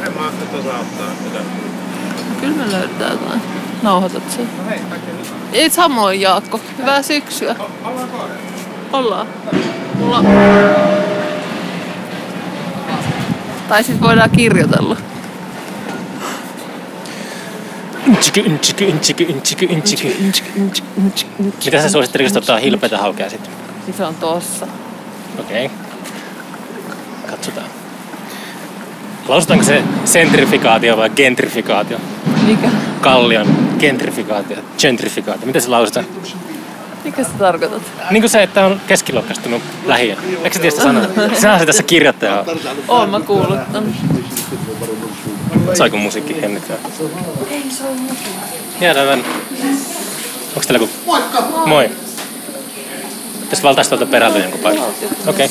En mä ajattelin tuossa auttaa. Kyllä me löydetään jotain. Nauhoitat sen. No hei, kaikkea hyvää. Ei samoin, Jaakko. Hyvää syksyä. Ollaanko? Ollaan. Mulla... Tai sit voidaan kirjoitella. Mitä sä suosittelit, ottaa hilpeitä haukea sitten? Siis se on tossa. Okei. Katsotaan. Lausutaanko se sentrifikaatio vai gentrifikaatio? Mikä? Kallion gentrifikaatio, gentrifikaatio. Mitä se lausutaan? Mikä sä tarkoitat? Niin kuin se, että on keskiluokkaistunut lähiö. Eikö sä tiedä sitä sanaa? Sinä se tässä kirjoittaja. Oon mä kuullut tän. Saiko musiikki hennittää? Ei se on musiikki. Jäädään vähän. Onks täällä joku? Moikka! Moi! Tässä valtaisi tuolta perältä jonkun paikan. Okei.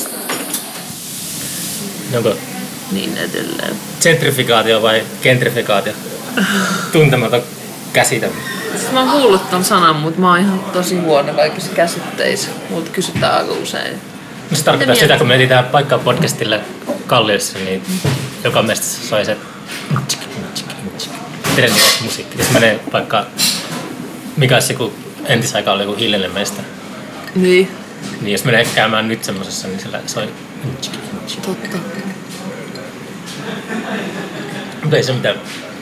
Onko Niin edelleen. gentrifikaatio vai gentrifikaatio? Tuntematon käsite. Siis mä oon kuullut ton sanan, mutta mä oon ihan tosi huono kaikissa käsitteissä. Multa kysytään aika usein. No se tarkoittaa sitä, kun me etsitään paikkaa podcastille Kalliossa, niin joka meistä soi se trendikäs musiikki. Jos menee vaikka, mikä olisi joku entisaikaan oli joku hiljainen meistä. Niin. Niin jos menee käymään nyt semmosessa, niin sillä soi. Totta. Mutta ei se mitään.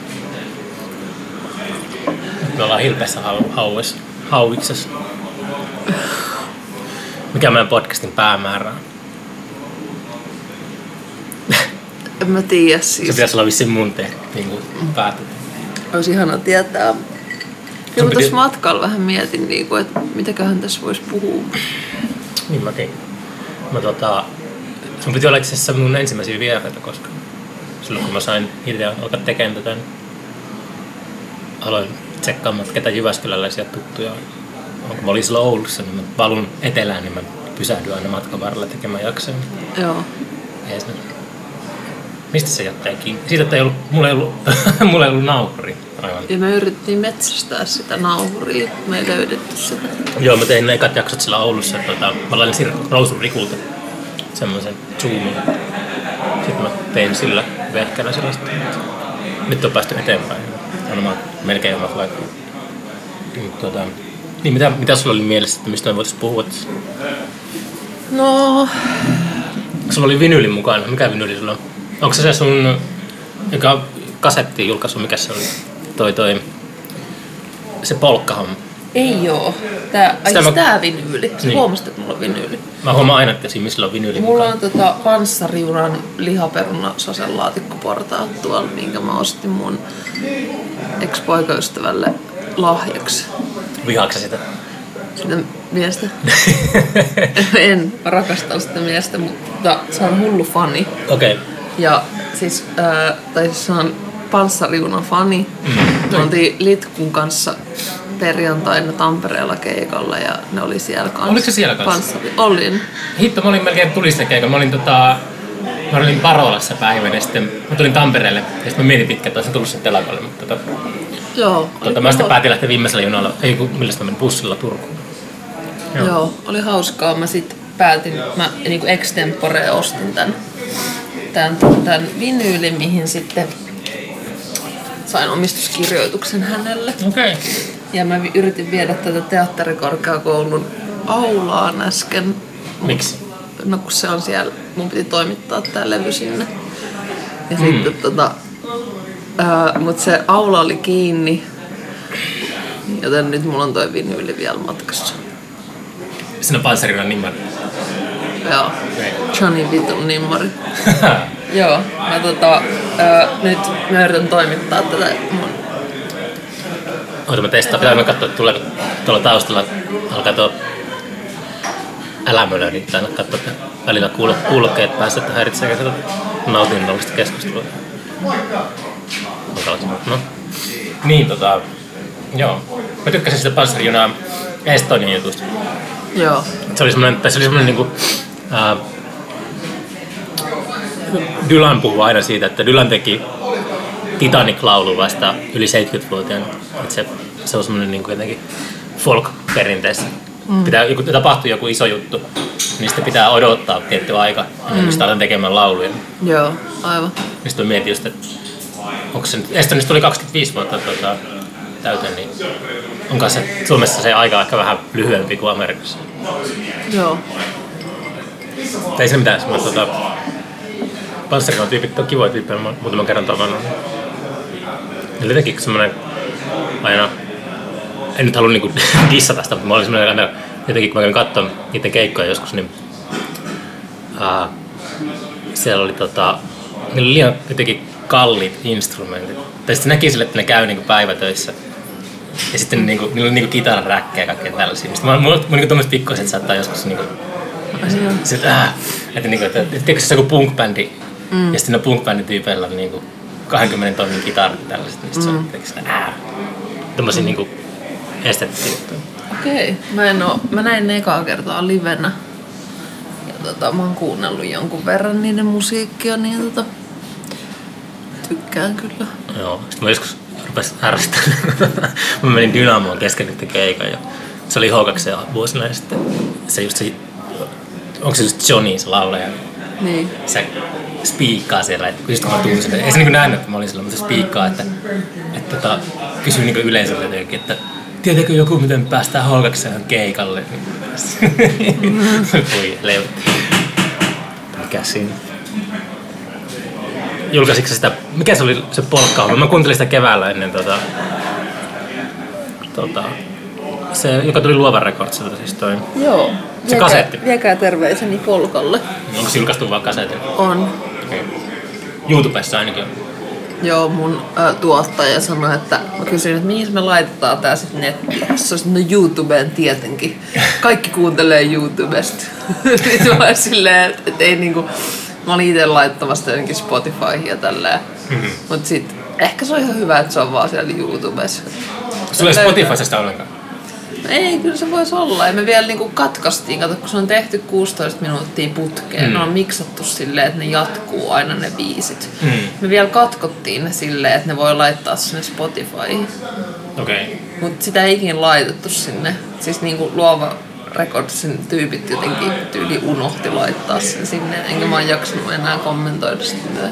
Me ollaan hilpeässä hauiksessa. Mikä meidän podcastin päämäärä on? En mä tiedä Se siis. pitäisi olla vissiin mun niin päätä. Olisi ihana tietää. Kyllä mä tuossa matkalla vähän mietin, että mitäköhän tässä voisi puhua. Niin mäkin. Sun piti olla itse asiassa mun ensimmäisiä vieraita koskaan. Silloin kun mä sain idean alkaa tekemään tätä, niin aloin tsekkaamaan, ketä jyväskyläläisiä tuttuja on. Kun mä olin silloin Oulussa, niin mä valun etelään, niin mä pysähdyin aina matkan varrella tekemään jaksoja. Joo. Mistä se jättää kiinni? Siitä, että mulla ei ollut nauhuri. Aivan. Ja me yritettiin metsästää sitä nauhuria. Me ei löydetty sitä. Joo, mä tein ne ekat jaksot sillä Oulussa. Mä lainasin Rousun Rikulta semmoisen zoomin. Sitten mä tein sillä vehkänä sellaista. Nyt on päästy eteenpäin. Mä oon melkein omat laittaa. Niin, mitä sulla oli mielessä, että mistä me voitais puhua? No... Sulla oli vinyyli mukana. Mikä vinyyli sulla on? Onko se sun, joka kasettiin julkaisu, mikä se oli? Se polkkahomma. Ei oo. Tää vinyyli. Sä huomasit, että mulla on vinyyli. Mä huomaan aina, että siinä missä on vinyyli mulla mukaan. on panssariunan lihaperuna sosenlaatikkoportaat tuolla, minkä mä ostin mun ex-poikaystävälle lahjaksi. Vihaatko sitä? Sitä miestä? En rakastan sitä miestä, mutta se on hullu fani. Okei. Ja siis, se on panssariunan fani. Me oltiin Litkun kanssa perjantaina Tampereella keikalla ja ne oli siellä kanssa. Oliko se siellä kanssa? Olin. Hitto, mä olin melkein tulisten keikalla. Mä olin Parolassa päivänä ja sitten mä tulin Tampereelle ja sitten mä mietin pitkään, että olisin tullut sen telakalle. Mutta Joo. mä sitten päätin lähteä viimeisellä junalla, millä mä menin bussilla Turkuun. Joo, oli hauskaa. Mä sitten päätin, mä niinku extempore ostin tän vinyylin, mihin sitten sain omistuskirjoituksen hänelle. Okei. Ja mä yritin viedä tätä teatterikorkeakoulun aulaan äsken. Miksi? No kun se on siellä, mun piti toimittaa tää levy sinne. Ja sitten mut se aula oli kiinni. Joten nyt mulla on toi vinyyli vielä matkassa. Siinä on panssariunan nimmari. Joo. Johnny Vitun nimmari. Joo. Nyt mä yritän toimittaa tätä mun... Oota mä testaan. Pitää mä katsoa, että tuleeko tuolla taustalla alkaa tuo älämölö, niin pitää katsoa, että välillä kuulokkeet päässä, että häiritsee sitä nautinnollista keskustelua. No. Niin joo. Mä tykkäsin sitä panssariunaa Estonian jutusta. Joo. Se oli semmoinen niinku... Dylan puhuu aina siitä, että Dylan teki Titanic-laulu vasta yli 70-vuotiaana. Että se on semmoinen niinku jotenkin folk-perinteessä. Tapahtuu joku iso juttu, niin sitten pitää odottaa tietty aika, ennen kuin sitä aletaan tekemään lauluja. Joo, aivan. Sitten mietin just, että onko se nyt, Estonissa tuli 25 vuotta täyteen, niin onko se Suomessa se aika ehkä vähän lyhyempi kuin Amerikassa? Joo. Ei se mitään, mä Panssarikauden tyypit on kivoja tyyppejä, mä muutaman kerran tavannut. Ja jotenkin semmonen aina, en nyt halua niinku dissata sitä, mutta mä olin semmonen aina, jotenkin kun mä kävin katsomaan niiden keikkoja joskus, niin siellä oli niillä oli liian jotenkin kalliit instrumentit. Tai sitten näki sille, että ne käy niinku päivätöissä. Ja sitten niillä oli niinku kitaran räkkejä ja kaikkea tällaisia. Mulla niinku tommoset pikkuiset saattaa joskus niinku että tiedätkö se joku punk-bändi ja sitten ne punk-bändityypeillä on niinku 20 tonnin kitarat ja tällaiset, niin sitten se on tommosia niinku esteettisiä juttuja. Okei. Mä näin ne ekaa kertaa livenä. Ja mä oon kuunnellut jonkun verran niiden musiikkia, niin tykkään kyllä. Joo, sitten mä joskus rupesin ärsyttämään. Mä menin Dynamoon kesken nyt keikan ja se oli H2 vuosina ja sitten se just se, onko se just Johnny se laulaja? Niin. Se spiikkaa siellä, että just kun mä tunsin, ei se niinku nähnyt, että mä olin sillä, mutta se spiikkaa, että kysyy niinku yleisölle jotenkin, että tiedätkö joku, miten päästään H2 keikalle? Voi leutti. Mikä siinä? Julkaisitko sitä, mikä se oli se polkka? Mä kuuntelin sitä keväällä ennen se, joka tuli Luovan Recordsilta siis toi. Joo. Se kasetti. Viekää terveiseni Polkalle. Onko se julkaistu vaan kasetilla? On. Okay. YouTubessa ainakin on. Joo, mun tuottaja sanoi, että mä kysyin, että mihin me laitetaan tää sit nettiin. Se olisi, no YouTubeen tietenkin. Kaikki kuuntelee YouTubesta. Sitten mä olin silleen, että ei niinku... Mä olin ite laittamassa jonkin Spotifyhin ja tälleen. Mut sit ehkä se on ihan hyvä, että se on vaan siellä YouTubessa. Sulla ei Spotifyssa sitä ollenkaan? Ei, kyllä se voisi olla. Ja me vielä niinku katkaistiin, kato, kun se on tehty 16 minuuttia putkeen. Ne on miksattu silleen, että ne jatkuu aina ne biisit. Me vielä katkottiin ne silleen, että ne voi laittaa sinne Spotifyhin. Okei. Okay. Mut sitä ei ikinä laitettu sinne. Siis niinku Luova Recordsin tyypit jotenkin tyyli unohti laittaa sen sinne. Enkä mä oon jaksanut enää kommentoida sitä.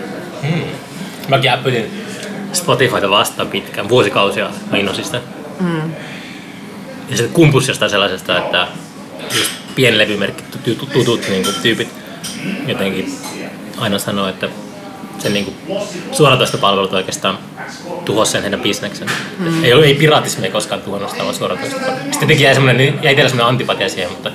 Mäkin äppytin Spotifyta vastaan pitkään, vuosikausia mä innosin sitä. Ja se kumpus jostain sellaisesta, että just pienlevymerkit tutut niin kuin, tyypit jotenkin aina sanoo, että sen niin kuin, suoratoistopalvelut oikeastaan tuhosi sen heidän bisneksen. Ei piraatismi koskaan tuhonnut sitä, vaan suoratoistopalvelut. Sitten teki jäi itsellä semmoinen antipatia siihen, mutta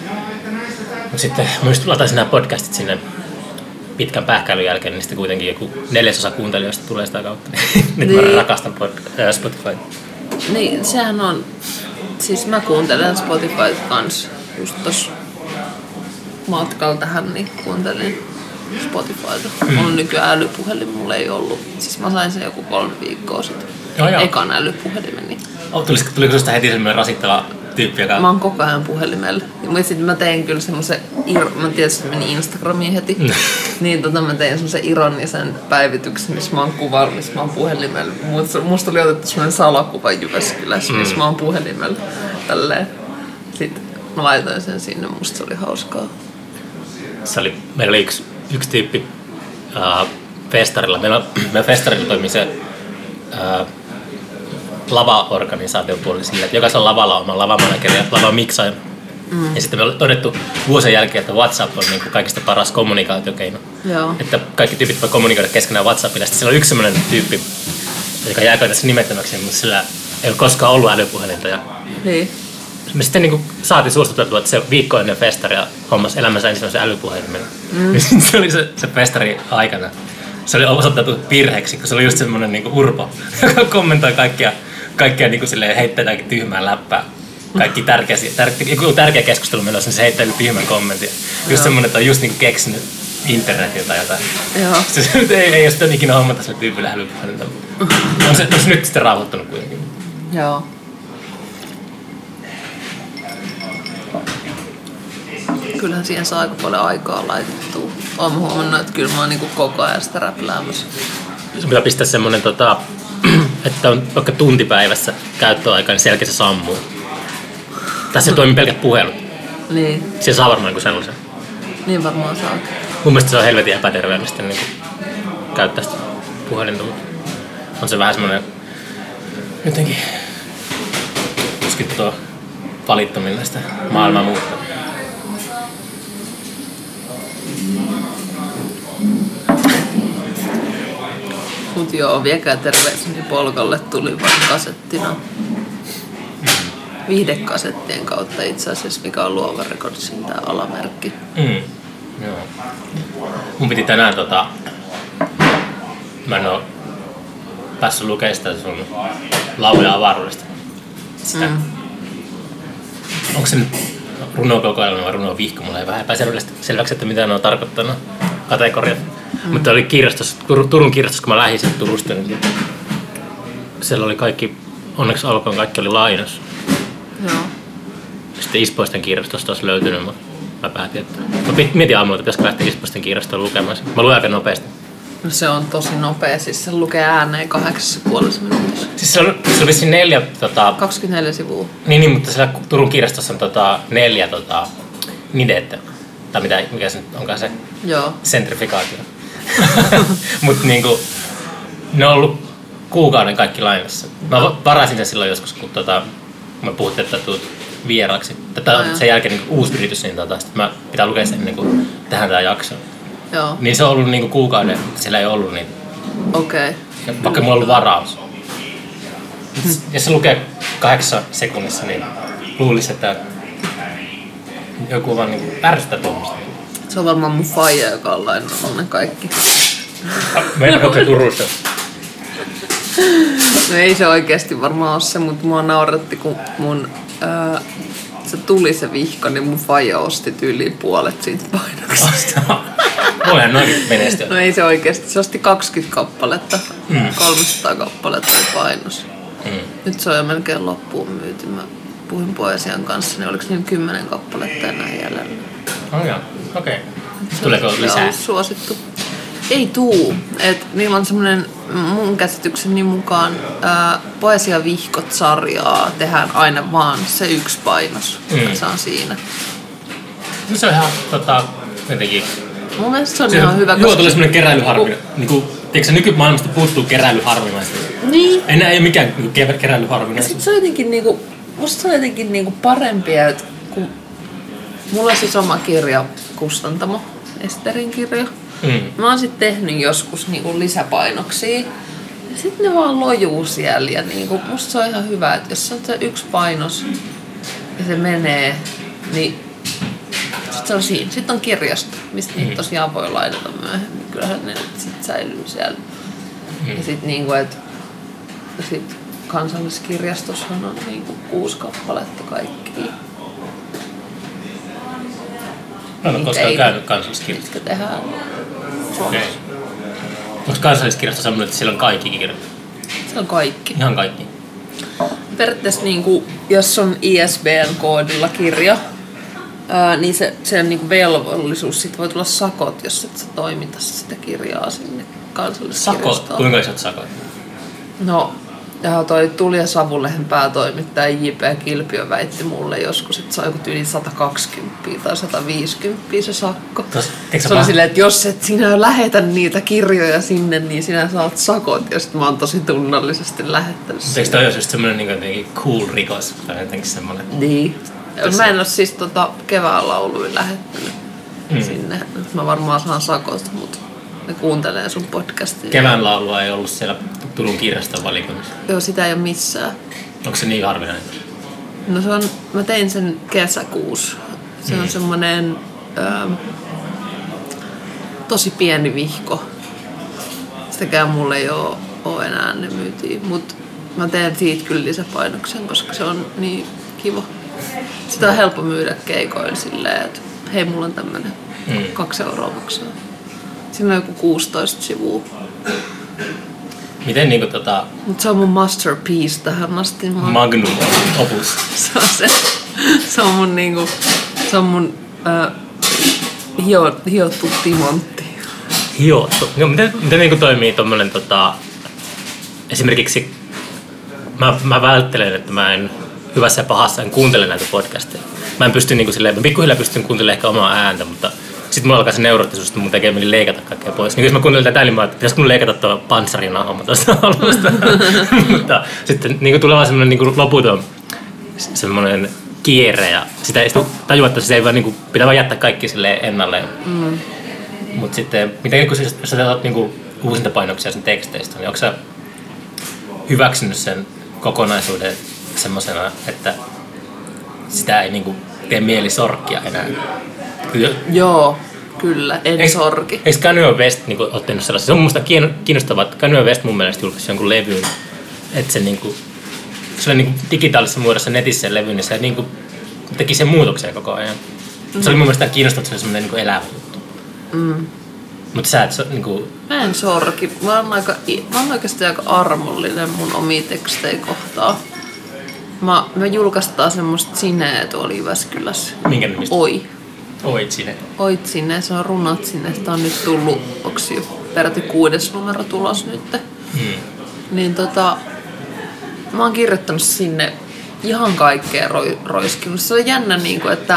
sitten mä just lataisin nämä podcastit sinne pitkän pähkäilyn jälkeen, niin sitten kuitenkin joku 4/4 kuuntelijoista tulee sitä kautta. Nyt mä rakastan Spotify. Niin, sehän on... Siis mä kuuntelen Spotifyt kans just tossa matkalla tähän, niin kuuntelin Spotifyta. Mulla on nykyään älypuhelin, mulla ei ollut. Siis mä sain sen joku 3 viikkoa sitten. Ekan älypuhelimeni. Tuliko susta heti semmoinen rasittava tyyppi, joka... Mä oon koko ajan puhelimella. Ja sitten mä tein kyllä semmoisen... Mä tietysti menin Instagramiin heti. Niin mä tein semmoisen ironisen päivityksen, missä mä oon kuvalla, missä mä oon puhelimella. Musta oli otettu semmoinen salakuva Jyväskylässä, missä mä oon puhelimella. Tälleen. Sitten mä laitoin sen sinne, musta se oli hauskaa. Meillä oli yksi tyyppi festarilla. Meillä festarilla toimii se lava-organisaation puolella sillä, että jokaisella lavalla on oma lavamanageri ja lavamiksaaja. Ja sitten me ollaan todettu vuosien jälkeen, että WhatsApp on niin kuin kaikista paras kommunikaatiokeino. Joo. Että kaikki tyypit voi kommunikoida keskenään WhatsAppilla. Sitten siellä on yksi sellainen tyyppi, joka jääkö tässä nimettömäksi, mutta sillä ei ole koskaan ollut älypuhelinta. Ja niin. Me sitten niin saatiin suostuteltua, että se viikko ennen festaria hommasi elämänsä ensimmäisen älypuhelimen. Se oli se festari aikana. Se oli osoitettu virheeksi, kun se oli just semmoinen niin urpo, joka kommentoi kaikkea niin kuin heittää jotakin tyhmää läppää. Kaikki tärkeä keskustelu menossa, niin se heittää tyhmän kommentin. Just semmoinen, että on just niin keksinyt internetin tai jotain. Joo. Ei ole sitten ikinä hommata sille tyypille älypuhelinta. On se nyt sitten rauhoittunut kuitenkin. Joo. Kyllähän siihen saa aika paljon aikaa laitettua. Olen huomannut, että kyllä mä oon niinku koko ajan sitä räpläämässä. Sun pitää pistää semmonen, että on vaikka tuntipäivässä käyttöaika, niin selkeä se sammuu. Tässä toimii pelkät puhelut. Niin. Siellä saa varmaan niin sellaisen. Niin varmaan saa. Mun mielestä se on helvetin epäterveellistä niin käyttää sitä puhelinta, mutta on se vähän semmoinen jotenkin tuskin tuo valittaminen sitä maailmaa muuttaa. Mut joo, viekää terveiseni Polkalle tuli vain kasettina. Viihdekasettien kautta itse asiassa, mikä on Luova Recordsin tää alamerkki. Joo. Mun piti tänään mä en oo päässyt lukemaan sitä sun Lauluja avaruudesta. Sitä. Onko se nyt runokokoelma vai runovihko? Mulla ei vähän epäselväksi, että mitä ne on tarkoittanut kategoriat. Mutta oli kirjastossa, Turun kirjastossa, kun mä lähdin sieltä Turusta, niin siellä oli kaikki, onneksi alkoon kaikki oli lainassa. Joo. Sitten Ispoisten kirjastosta olisi löytynyt, mutta mä päätin, että mä mietin aamulla, että pitäisikö lähteä Ispoisten kirjastoon lukemaan. Mä luen aika nopeasti. No se on tosi nopea, siis se lukee ääneen 8,5 minuutissa. Siis se on vissiin 4... 24 sivua. Niin, mutta siellä Turun kirjastossa on 4 nidettä. Tai mikä se nyt onkaan se? Joo. Sentrifikaatio. Mutta niinku, ne on ollut kuukauden kaikki lainassa. Mä varasin sen silloin joskus, kun mä puhuttiin, että tuut vieraaksi. Sen jälkeen niinku uusi yritys, niin sitten mä pitää lukea sen ennen kuin tehdään tää jakso. Joo. Niin se on ollut niinku kuukauden, siellä ei ollut niitä. Okei. Okay. Vaikka mulla on ollut varaus. Jos se lukee 8 sekunnissa, niin luulisi, että joku vaan niinku ärsyttää tuommoista. Se on varmaan mun faija, joka on lainannut ne kaikki. Meillä on Turussa. No ei se oikeesti varmaan ole se, mutta mua nauratti, kun mun se tuli se vihko, niin mun faija osti tyyliin puolet siitä painoksesta. Voihan noinkin menestyä. No ei se oikeesti, se osti 20 kappaletta, 300 kappaletta oli painos. Nyt se on jo melkein loppuun myyty. Mä puhuin poesian kanssa, niin oliko niin 10 kappaletta enää jäljellä. Oh joo, okei. Tuleeko lisää? On suosittu. Ei tuu. Et niillä on semmonen, mun käsitykseni mukaan, Poesiavihkot-sarjaa tehdään aina vaan se yksi painos. Se on siinä. Se on ihan jotenkin... Mun mielestä se on ihan hyvä. Joo, tulee semmonen keräilyharvina. Niinku, tiedätkö nykymaailmasta puuttuu keräilyharvinaista? Niin. Enää ei ole mikään keräilyharvinaista. Sitten se on jotenkin niinku, musta se on jotenkin niinku parempia, että kun mulla on siis oma kirja, kustantamo, Esterin kirja. Mä oon sit tehnyt joskus niinku lisäpainoksia. Ja sit ne vaan lojuu siellä ja niinku, musta se on ihan hyvä, että jos on se yksi painos ja se menee, niin sit se on siinä. Sitten on kirjasto, mistä niitä tosiaan voi lainata myöhemmin. Kyllähän ne sit säilyy siellä. Ja sit niinku, et sit Kansalliskirjastossahan on niinku 6 kappaletta kaikkia. Mä en ole koskaan käynyt Kansalliskirjastossa. Mitkä tehdään Suomessa. Okay. Onko Kansalliskirjasto semmoinen, että siellä on kaikki kirjat? Se on kaikki. Ihan kaikki. Periaatteessa niinku, jos on ISBN-koodilla kirja, niin se on niinku velvollisuus. Sitten voi tulla sakot, jos et sä toimita sitä kirjaa sinne Kansalliskirjastoon. Sakot? Kuinka isot sakot? No, ja toi Tulija Savulehen päätoimittaja J.P. Kilpiö väitti mulle joskus, että se on joku yli 120 tai 150 se sakko. Se oli silleen, että jos et sinä lähetä niitä kirjoja sinne, niin sinä saat sakot. Ja sit mä oon tosi tunnollisesti lähettänyt. Eikö toi ole just semmonen niin cool rikos? Tai jotenkin semmonen? Niin. Mä en oo siis kevään lauluin lähettänyt sinne. Mä varmaan saan sakot, mutta ne kuuntelee sun podcastia. Kevään laulua ei ollut siellä Turun kirjaston valikoimassa. Joo, sitä ei ole missään. Onko se niin harvinainen? No se on, mä tein sen kesäkuussa. Se on semmonen tosi pieni vihko. Sitäkään mulle ei oo enää, ne myytiin. Mut mä teen siitä kyllä lisäpainoksen, koska se on niin kiva. Sitä on helppo myydä keikoilla silleen, että hei, mulla on tämmönen 2 € maksaa. Siinä on joku 16 sivua. Miten niinku Mut se on mun masterpiece tähän asti. Magnum opus. Se on mun niinku, se on mun hiottu timantti. Hiottu? No, miten niinku toimii tommonen esimerkiksi mä välttelen, että mä en hyvässä ja pahassa en kuuntele näitä podcasteja. Mä en pysty niinku silleen, mä pikkuhiljaa pystyn kuuntelemaan ehkä omaa ääntä, mutta Sitten mulla alkaa se neuroottisuus, että mun tekee mieli leikata kaikkea pois. Niin jos mä kuuntelin tätä, niin mä ajattelin, että pitäisikö mun leikata tuo panssarinahoma tuosta alusta. Mutta sitten niin tulee vaan semmoinen niin loputon semmoinen kierre ja sitä ei tajua, että se ei vaan, niin kuin, pitää vaan jättää kaikki silleen ennalleen. Mutta sitten, miten kun jos sä teet niin uusintapainoksia sen teksteistä, niin onko sä hyväksynyt sen kokonaisuuden semmosena, että sitä ei niin kuin, tee mieli sorkkia enää? Joo, kyllä, en sorki. Eikö Kanye West niin ole tehnyt sellaisia? Se on mun mielestä kiinnostavaa, että Kanye West mun mielestä julkaisi jonkun levyn, että se, niin kuin, se oli niin digitaalisessa muodossa netissä se levy, niin se niin kuin, teki sen muutoksen koko ajan. Se oli mun mielestä kiinnostavaa, että se oli semmoinen niin elävä juttu. Mutta sä et niin kuin... Mä en sorki. Mä oon oikeasti aika armollinen mun omia tekstejä kohtaan. Me julkaistaan semmoista Sineä tuolla Jyväskylässä. Minkä nimistä? Oi. Oit Sine. Oit Sine, se on runot sinne. Sitä on nyt tullut, onks jo peräti 6. numero tulos nyt. Niin mä oon kirjoittanut sinne ihan kaikkea roiskinut. Se on jännä niinku, että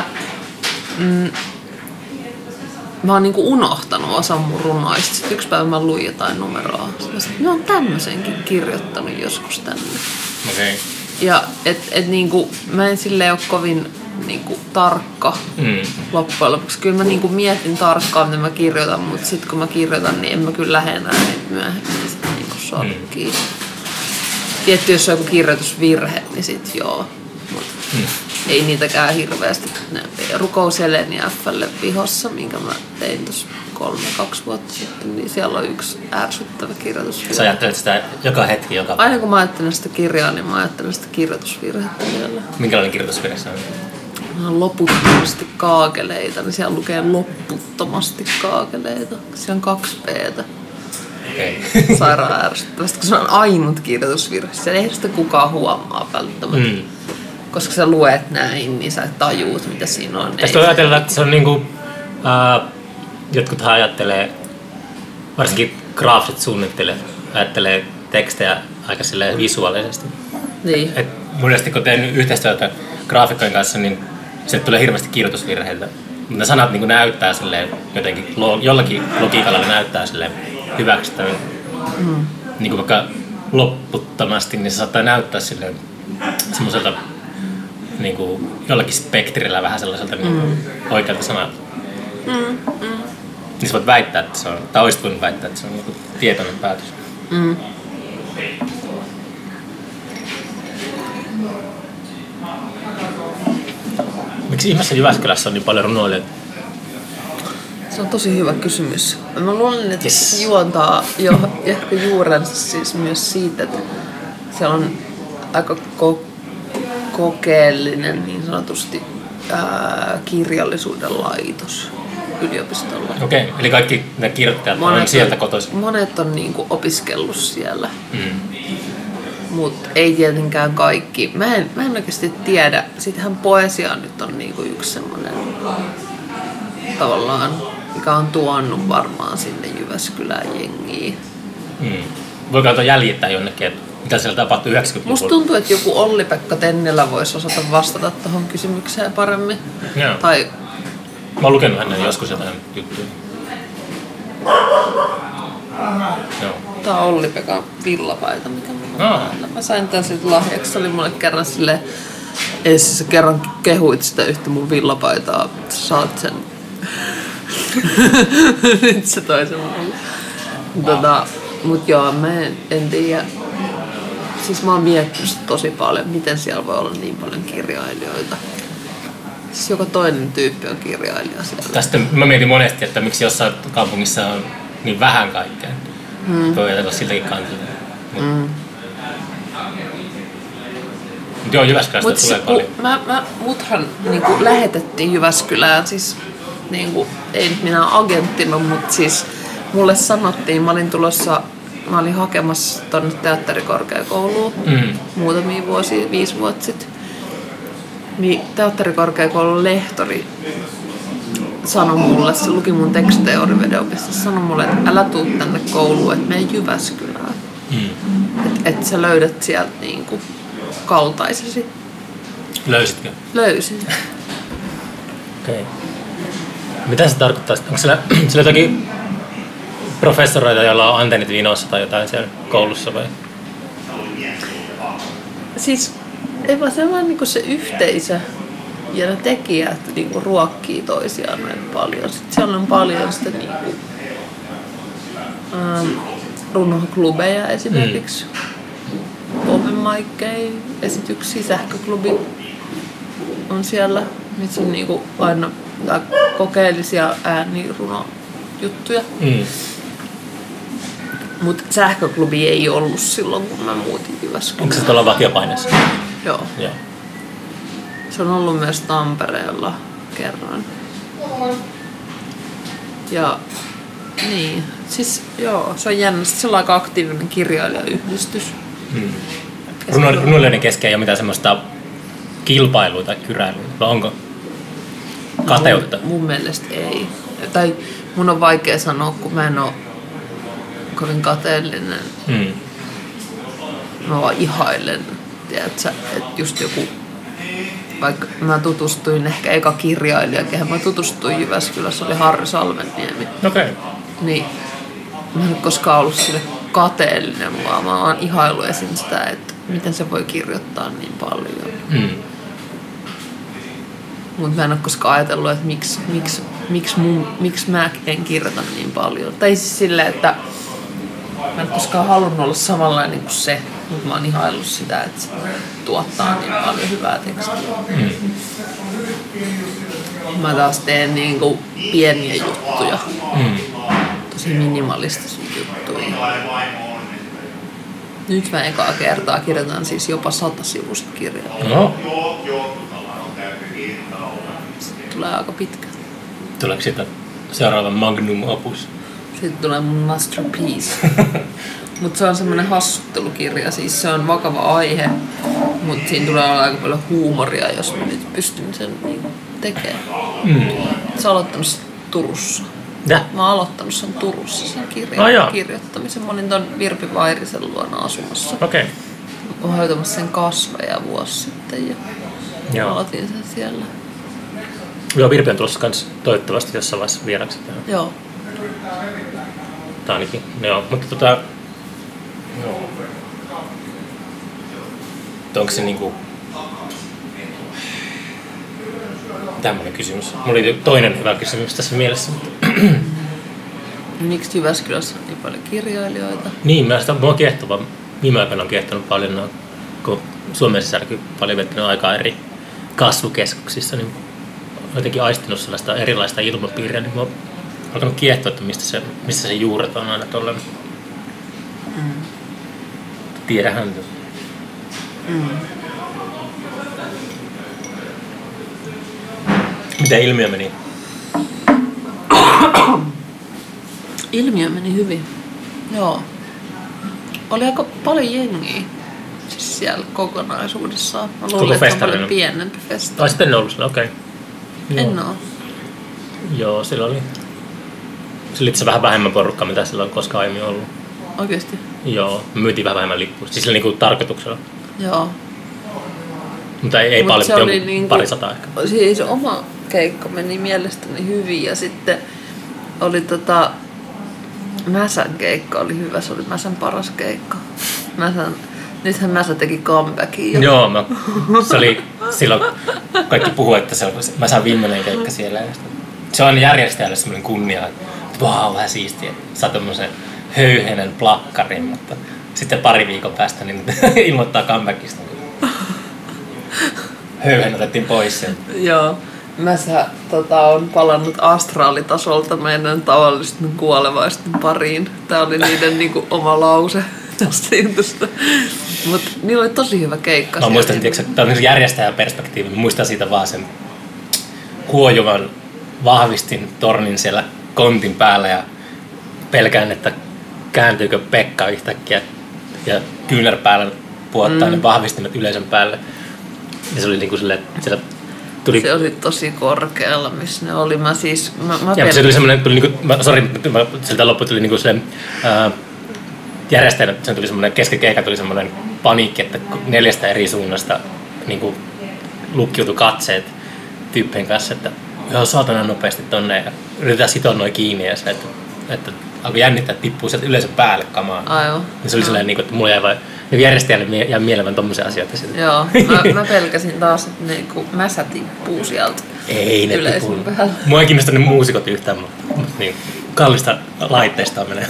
mä oon niinku unohtanut osan mun runoista. Sitten yksi päivä mä luin jotain numeroa. Mä oon tämmösenkin kirjoittanut joskus tänne. Okei. Ja niinku, mä en silleen oo kovin niinku tarkka loppujen lopuksi. Kyllä mä niinku mietin tarkkaan, mitä mä kirjoitan, mutta sit kun mä kirjoitan, niin en mä kyllä lähde enää myöhemmin sit niinku sorkkiin. Tietty, jos on joku kirjoitusvirhe, niin sit joo. Mut ei niitäkään hirveästi. Rukous Eleni F:lle vihossa, minkä mä tein tuossa 3-2 vuotta sitten, niin siellä on yksi ärsyttävä kirjoitusvirhe. Sä ajattelet sitä joka hetki, joka... Aina kun mä ajattelen sitä kirjaa, niin mä ajattelen sitä kirjoitusvirhettä vielä. Minkälainen kirjoitusvirhe se on? On loputtomasti kaakeleita, niin siellä lukee loputtomasti kaakeleita. Siellä on 2 P:tä. Okei. Sairaan ärsyttävästi, kun se on ainut kirjoitusvirhe. Siellä ei sitä kukaan huomaa välttämättä. Koska sä luet näin, niin sä tajuut, mitä siinä on. Tästä voi ajatella, että se on niinku... jotkuthan ajattelee, varsinkin graafiset suunnittelijat, ajattelee tekstejä aika silleen visuaalisesti. Niin. Et monesti kun teen yhteistyötä graafikkojen kanssa, niin se tulee hirveästi kirjoitusvirheitä. Mutta ne sanat niin näyttää silleen jotenkin, jollakin logiikalla ne näyttää silleen hyväksyttävän. Niin kuin vaikka loputtomasti, niin se saattaa näyttää silleen semmoiselta niin kuin jollakin spektrillä vähän sellaiselta niin oikealta sanalta. Niin sä voit väittää, että se on, tai olisit voinut väittää, että se on niin tietoinen päätös. Miksi ihmeessä Jyväskylässä on niin paljon runoilijoita? Se on tosi hyvä kysymys. Mä luulen, että se juontaa jo ehkä juurensa siis myös siitä, että siellä on aika kokeellinen niin sanotusti kirjallisuuden laitos yliopistolla. Okei, eli kaikki ne kirjoittajat on sieltä kotoisin? Monet on niinku opiskellut siellä. Mutta ei tietenkään kaikki. Mä en oikeasti tiedä. Sittenhän poesia nyt on niinku yksi semmoinen tavallaan, mikä on tuonut varmaan sinne Jyväskylään jengiin. Voiko tuon jäljittää jonnekin, että mitä siellä tapahtui 90-luvulla? Musta tuntuu, että joku Olli-Pekka Tennilä voisi osata vastata tuohon kysymykseen paremmin. Joo. Tai... Mä oon lukenut hänen joskus jotain juttuja. Joo. Tää on Olli-Pekan villapaita, mikä mulla on päällä. Mä sain tän sit lahjaksi. Se oli mulle kerran silleen... Sä kerran kehuit sitä yhtä mun villapaitaa. Sä saat sen. Nyt se toi sen mulle. Mut joo, mä en tiedä. Siis mä oon miettinyt sitä tosi paljon, miten siellä voi olla niin paljon kirjailijoita. Siis joka toinen tyyppi on kirjailija siellä. Tästä mä mietin monesti, että miksi jossain kaupungissa on niin vähän kaikkea. Voi ajatella siltäkin kantilta. Mut joo, Jyväskylästä tulee paljon. Muthan niinku lähetettiin Jyväskylään, siis niinku, ei nyt minä agenttina, mutta siis mulle sanottiin, mä olin hakemassa tonne teatterikorkeakouluun muutamia vuosia, 5 vuotta sitten. Niin teatterikorkeakoulun lehtori sanoi mulle, se luki mun tekstejä Oriveden-opistossa, sanoi mulle, että älä tuu tänne kouluun, että mene Jyväskylään. Että sä löydät sieltä niinku kaltaisesi. Löysitkö? Löysin. Okei. Mitä se tarkoittaa? Onko siellä jotakin professoreita, joilla on antennit vinossa tai jotain siellä koulussa vai? Siis ei vaan se vaan niinku se yhteisö ja ne tekijät niinku ruokkii toisiaan näin paljon. Sitten siellä on paljon sitä niinku, runoklubeja esimerkiksi. Open mickeja, esityksiä, sähköklubi on siellä, missä on niinku aina kokeellisia äänirunojuttuja. Mutta sähköklubi ei ollut silloin, kun mä muutin Jyväskylään. Onko se tuolla vakiopaineessa? Joo. Se on ollut myös Tampereella kerran. Ja niin, siis joo, se on jännä. Sitten se on aika aktiivinen kirjailijayhdistys. Runoilijoiden kesken ei ole mitään semmoista kilpailua tai kyräilyä, vai onko kateutta? Mun mielestä ei. Tai mun on vaikea sanoa, kun mä en ole kovin kateellinen. Mä vaan ihailen, tiedätkö, että just joku, vaikka mä tutustuin ehkä eka kirjailija, kehen mä tutustuin Jyväskylässä, oli Harri Salmenniemi. Okei. Niin, mä en ole koskaan ollut sille kateellinen, vaan mä oon ihaillut esim. Sitä, että miten se voi kirjoittaa niin paljon. Mutta mä en ole koskaan ajatellut, että miksi mä en kirjoita niin paljon. Tai siis silleen, että mä en koskaan halunnut olla samanlainen kuin se, mutta mä oon ihaillut sitä, että se tuottaa niin paljon hyvää tekstiä. Mä taas teen niinku pieniä juttuja. Tosi minimalistisia juttuja. Nyt mä ekaa kertaa kirjoitan siis jopa 100-sivuista kirjaa. No. Sitten tulee aika pitkä. Tuleeko siitä seuraava magnum opus? Sitten tulee mun masterpiece. Mutta se on semmoinen hassuttelukirja, siis se on vakava aihe, mutta siinä tulee olla aika paljon huumoria, jos mä nyt pystyn sen niinku tekemään. Sä oon aloittanut sen Turussa. Mä oon aloittanut sen Turussa sen kirjan kirjoittamisen. Mä olin ton Virpi Vairisen luona asumassa. Okei. Mä oon hoitamassa sen kasveja vuosi sitten ja aloitin sen siellä. Joo, Virpi on tulossa kans toivottavasti jossain vaiheessa vieraksi tähän. Joo. Tää ainakin. Joo, mutta joo. Onko se niinku tämmönen kysymys? Mulla oli toinen hyvä kysymys tässä mielessä. Miksi Jyväskylässä on niin paljon kirjailijoita? Niin, mua on kiehtova. Viime aikoina on kiehtonut paljon, kun Suomen sisälläkin paljon viettänyt aikaa eri kasvukeskuksissa, niin olen jotenkin aistinut sellaista erilaista ilmapiiriä, niin mua on alkanut kiehtoa, että missä se juuret on aina tuollainen. Tiedä häntä. Miten ilmiö meni? Ilmiö meni hyvin. Joo. Oli aika paljon jengiä siis siellä kokonaisuudessaan. Mä luulen, että on paljon pienempi festa. Ai sitten ollut sillä, okei. En oo. Joo, sillä oli itse vähän vähemmän porukkaa, mitä sillä on koskaan aiemmin ollut. Oikeesti? Joo, me myytiin vähän vähemmän lippuja. Siis sillä niinku tarkoituksella. Joo. Mutta ei paljon, se oli niinku, parisataa ehkä. Siis oma keikka meni mielestäni hyvin ja sitten oli Mäsän keikka oli hyvä, se oli Mäsän paras keikka. Nythän Mäsä teki comebackin jo. Joo, se oli silloin, kaikki puhuu, että se on Mäsän viimeinen keikka siellä. Se on järjestäjälle semmoinen kunnia, että vähän siistiä, että saa tommosen höyhenen plakkarin, mutta sitten pari viikon päästä niin ilmoittaa comebackista. Höyhen otettiin pois sen. Joo. Mäsä on palannut astraalitasolta meidän tavallisten kuolevaisten pariin. Tää oli niiden niinku oma lause tästä jutusta. Mut niillä oli tosi hyvä keikka. Mä muistan, että tämä on järjestäjän perspektiivi. Mä muistan siitä vaan sen huojuvan vahvistin tornin siellä kontin päällä ja pelkään, että kääntyykö Pekka yhtäkkiä ja kyynärpäällä puottaa ne vahvistimet yleisön päälle. Ja se oli niinku silleen, että siellä tuli... Se oli tosi korkealla, missä ne oli. Se tuli semmoinen, siltä loppu tuli niinku se järjestäjänä, sen tuli semmoinen keskikeikka, tuli semmoinen paniikki, että 4 eri suunnasta niinku lukkiutui katseet tyyppien kanssa, että joo saatana nopeasti tonne ja yritetään sitoa noin kiinni ja se, että alkoi jännittää, että tippuu sieltä yleensä päälle kamaan. Aivan. Ja se oli sellainen, että mulla jäi vain järjestäjälle jää mieleen tommosia asioita. Joo, mä pelkäsin taas, että niinku mäsä tippuu sieltä. Ei ne yleisön päällä. Mua ei kiinnosta ne muusikot yhtään, mutta niin, kallista laitteista menee.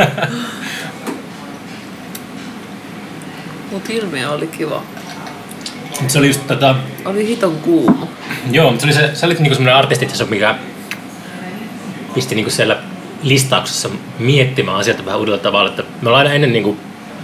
Mut ilmiö oli kiva. Se oli just Oli hiton kuuma. Joo, mutta sä olit niinku semmoinen artisti, mikä pisti niinku siellä listauksessa miettimään asioita vähän uudella tavalla. Että me ollaan aina ennen niinku,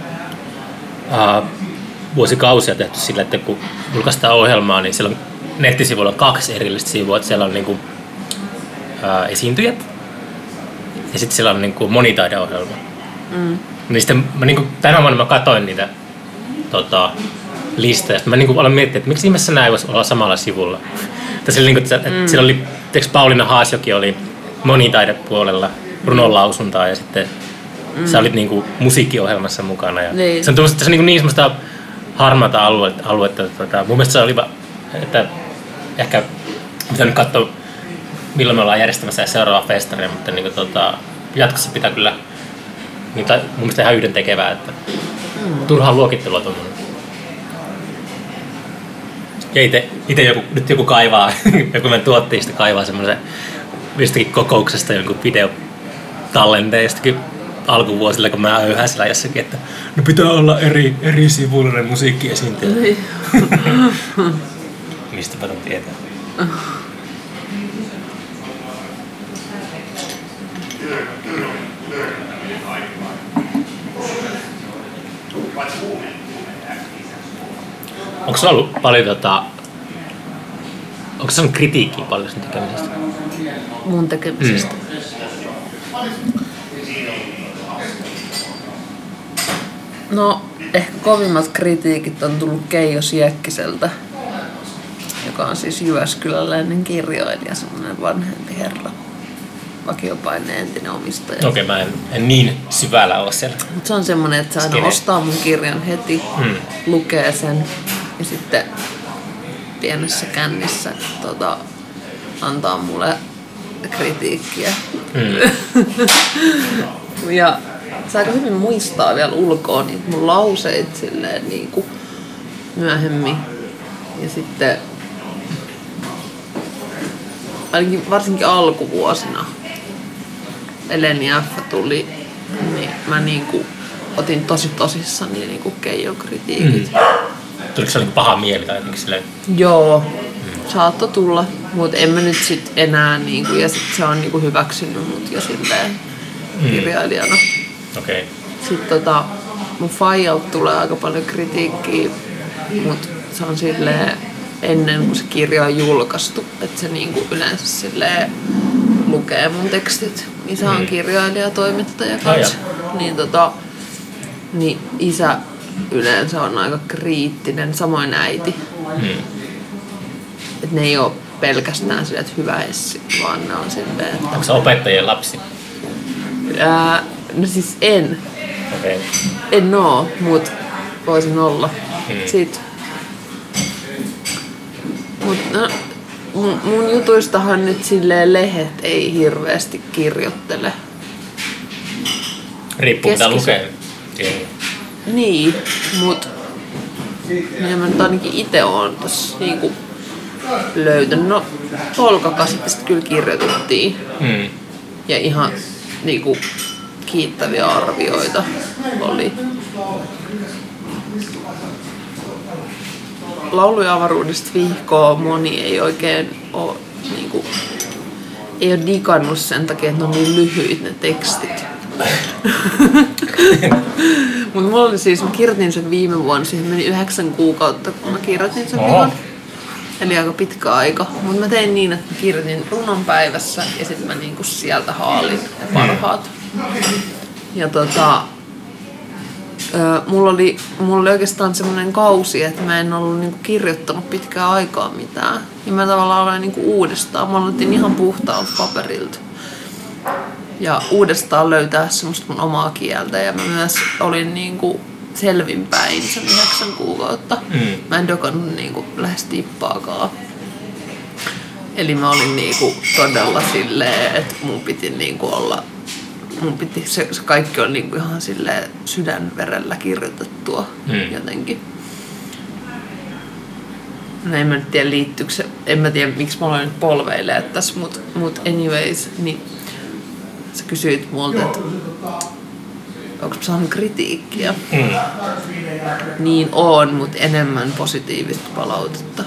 vuosikausia tehty sillä, että kun julkaistaan ohjelmaa, niin siellä on nettisivuilla 2 erillistä sivua. Että siellä on niinku, esiintyjät ja sitten siellä on niinku monitaideohjelma. Niin sitten mä niinku, tänä vuonna mä katsoin niitä listoja. Sitten mä niinku aloin miettiä, että miksi ihmeessä nämä ei voisi olla samalla sivulla. Siellä, niinku, siellä oli, Pauliina Haasjoki oli monitaidepuolella runon lausuntaa ja sitten sä olit niinku musiikkiohjelmassa mukana. Ja niin. Se on tuossa niin semmoista harmaata aluetta. Mun mielestä se oli, että ehkä pitää nyt katsoa, milloin me ollaan järjestämässä seuraavaa festaria, mutta niinku, jatkossa pitää kyllä niitä mun mielestä ihan yhdentekevää, että turhaa luokittelua tuommoinen. Ja itse joku kaivaa, joku meidän tuottajista kaivaa semmoisen jostakin kokouksesta jonkun videotallenteen jostakin alkuvuosilla, kun mä öyhäisellä jossakin, että ne pitää olla eri sivuilla ne musiikkiesiintyjät. Niin. Mistäpä ton tietää. Onko sulla ollut paljon onko se on kritiikkiä paljon sen tekemisestä? Mun tekemisestä. No, ehkä kovimmat kritiikit on tullut Keijo Siekkiseltä, joka on siis jyväskyläläinen kirjailija, semmoinen vanhempi herra, vakiopaineen entinen omistaja. Okei, mä en niin syvällä ole siellä. Mutta se on semmoinen, että se aina ostaa mun kirjan heti, lukee sen ja sitten pienessä kännissä antaa mulle kritiikkiä. Ja se aika hyvin muistaa vielä ulkoa niitä mun lauseita silleen niinku myöhemmin. Ja sitten ainakin varsinkin alkuvuosina Eleni F tuli, niin mä niinku otin tosi tosissani niinku Keijon kritiikit. Tuliko se paha mieli tai jotenkin silleen? Joo, saattoi tulla, mutta en mä nyt sit enää niinku, ja sit se on niinku hyväksynyt mut jo silleen kirjailijana. Okei. Sitten mun faijalta tulee aika paljon kritiikkiä, mut se on silleen ennen kuin se kirja on julkaistu, että se niinku yleensä silleen lukee mun tekstit. Isä on kirjailija, toimittaja kanssa. Niin isä yleensä on aika kriittinen, samoin äiti. Et ne ei oo pelkästään silleen, että hyvä essi, vaan ne on silleen, että... Onko se opettajien lapsi? No siis en. Okei. En oo, mut voisin olla. Sit. Mut no, mun jutuistahan nyt silleen lehdet ei hirveästi kirjoittele. Riippuu mitä lukee. Niin, mut mitä mä nyt ainakin ite oon tossa niinku löytänyt. No, Polkakasista kyllä kirjoitettiin. Ja ihan niinku kiittäviä arvioita oli. Lauluja avaruudesta vihkoa moni ei oikein oo niinku, ei oo digannut sen takia, että ne on niin lyhyit ne tekstit. Mut mulla oli siis, mä kirjoitin sen viime vuonna, siihen meni 9 kuukautta, kun mä kirjoitin sen viikon. Eli aika pitkä aika. Mut mä tein niin, että mä kirjoitin runon päivässä ja sit mä niinku sieltä haalin ne parhaat. Ja mulla oli oikeastaan semmoinen kausi, että mä en ollut niinku kirjoittanut pitkään aikaa mitään. Ja mä tavallaan aloin niinku uudestaan. Mä aloitin ihan puhtaalta paperilta. Ja uudestaan löytää semmoista mun omaa kieltä. Ja mä myös olin niinku selvinpäin sen 9 kuukautta. Mä en dokannut niinku lähes tippaakaan. Eli mä olin niinku todella silleen, että mun piti se kaikki on niinku ihan silleen sydänverellä kirjoitettua jotenkin. No en mä nyt tiedä liittyykö se, en mä tiedä miksi mä aloin nyt polveilee tässä, mut anyways, niin sä kysyit multa, että onko mä saanut kritiikkiä. Niin on, mutta enemmän positiivista palautetta.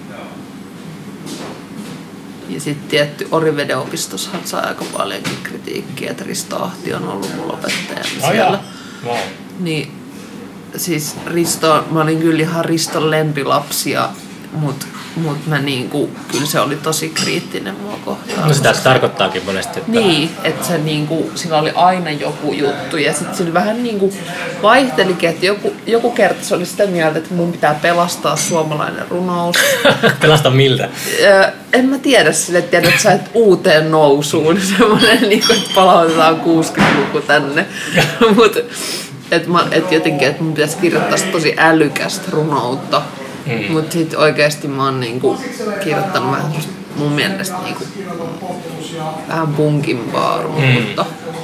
Ja sitten tietty Oriveden-opistossahan saa aika paljonkin kritiikkiä, että Risto Ahti on ollut mulla opettajana siellä. Niin siis mä olin kyllä ihan Riston lempilapsia, mut mä niinku, kyllä se oli tosi kriittinen mua kohtaan. No sitä se tarkoittaakin monesti. Että... Niin, että se niinku, sillä oli aina joku juttu ja sitten sillä vähän niinku vaihtelikin, että joku kerta se oli sitä mieltä, että mun pitää pelastaa suomalainen runous. Pelastaa miltä? En mä tiedä sille, että sä et uuteen nousuun, semmoinen niinku, että palautetaan 60-luku tänne. Että jotenkin, että mun pitäisi kirjoittaa tosi älykästä runoutta. Mutta sitten oikeesti mä oon niinku kirjoittanut vähän mun mielestä niinku vähän punkimpaa runoutta.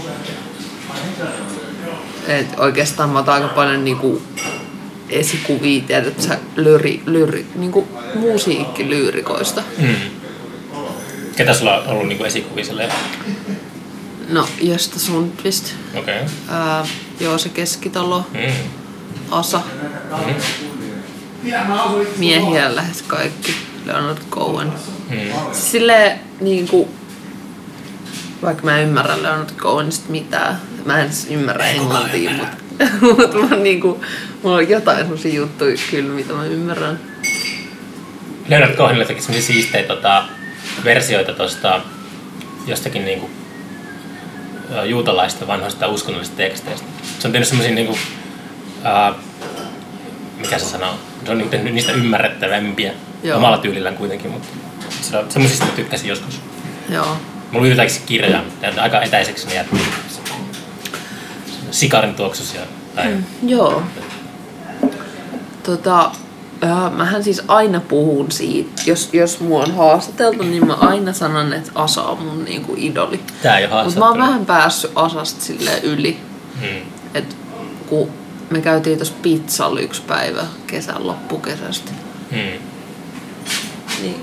Et oikeastaan mä otan aika paljon niinku esikuvia, tiedät sä, niinku musiikkilyyrikoista. Ketä sulla on ollut niinku esikuvia silleen? No, Gösta Sundqvist. Okei. Joose Keskitalo. Asa. Miehiä lähes kaikki. Leonard Cohen. Silleen niinku, vaikka mä en ymmärrä Leonard Cohenista mitään. Mä en ymmärrä englantia, mutta mä niinku, mulla on jotain semmosia juttuja kyllä, mitä mä ymmärrän. Leonard Cohenilla teki semmosia siistejä versioita tosta jostakin niinku juutalaista vanhoista uskonnollisista teksteistä. Se on tehnyt semmosia niinku, mikä se sanoo, se on tehnyt niistä ymmärrettävämpiä. Joo. Omalla tyylillään kuitenkin, mutta semmoisista tykkäsin joskus. Joo. Mulla oli jotakin kirjoja, aika etäiseksi ne jätti. Sikarin tuoksusia. Joo. Mähän siis aina puhun siitä, jos mua on haastateltu, niin mä aina sanon, että Asa on mun niinku idoli. Tää ei oo haastattelu. Mutta mä oon vähän päässyt Asasta silleen yli. Et kun me käytiin tossa pizzalla yksi päivä loppukesästä. Niin.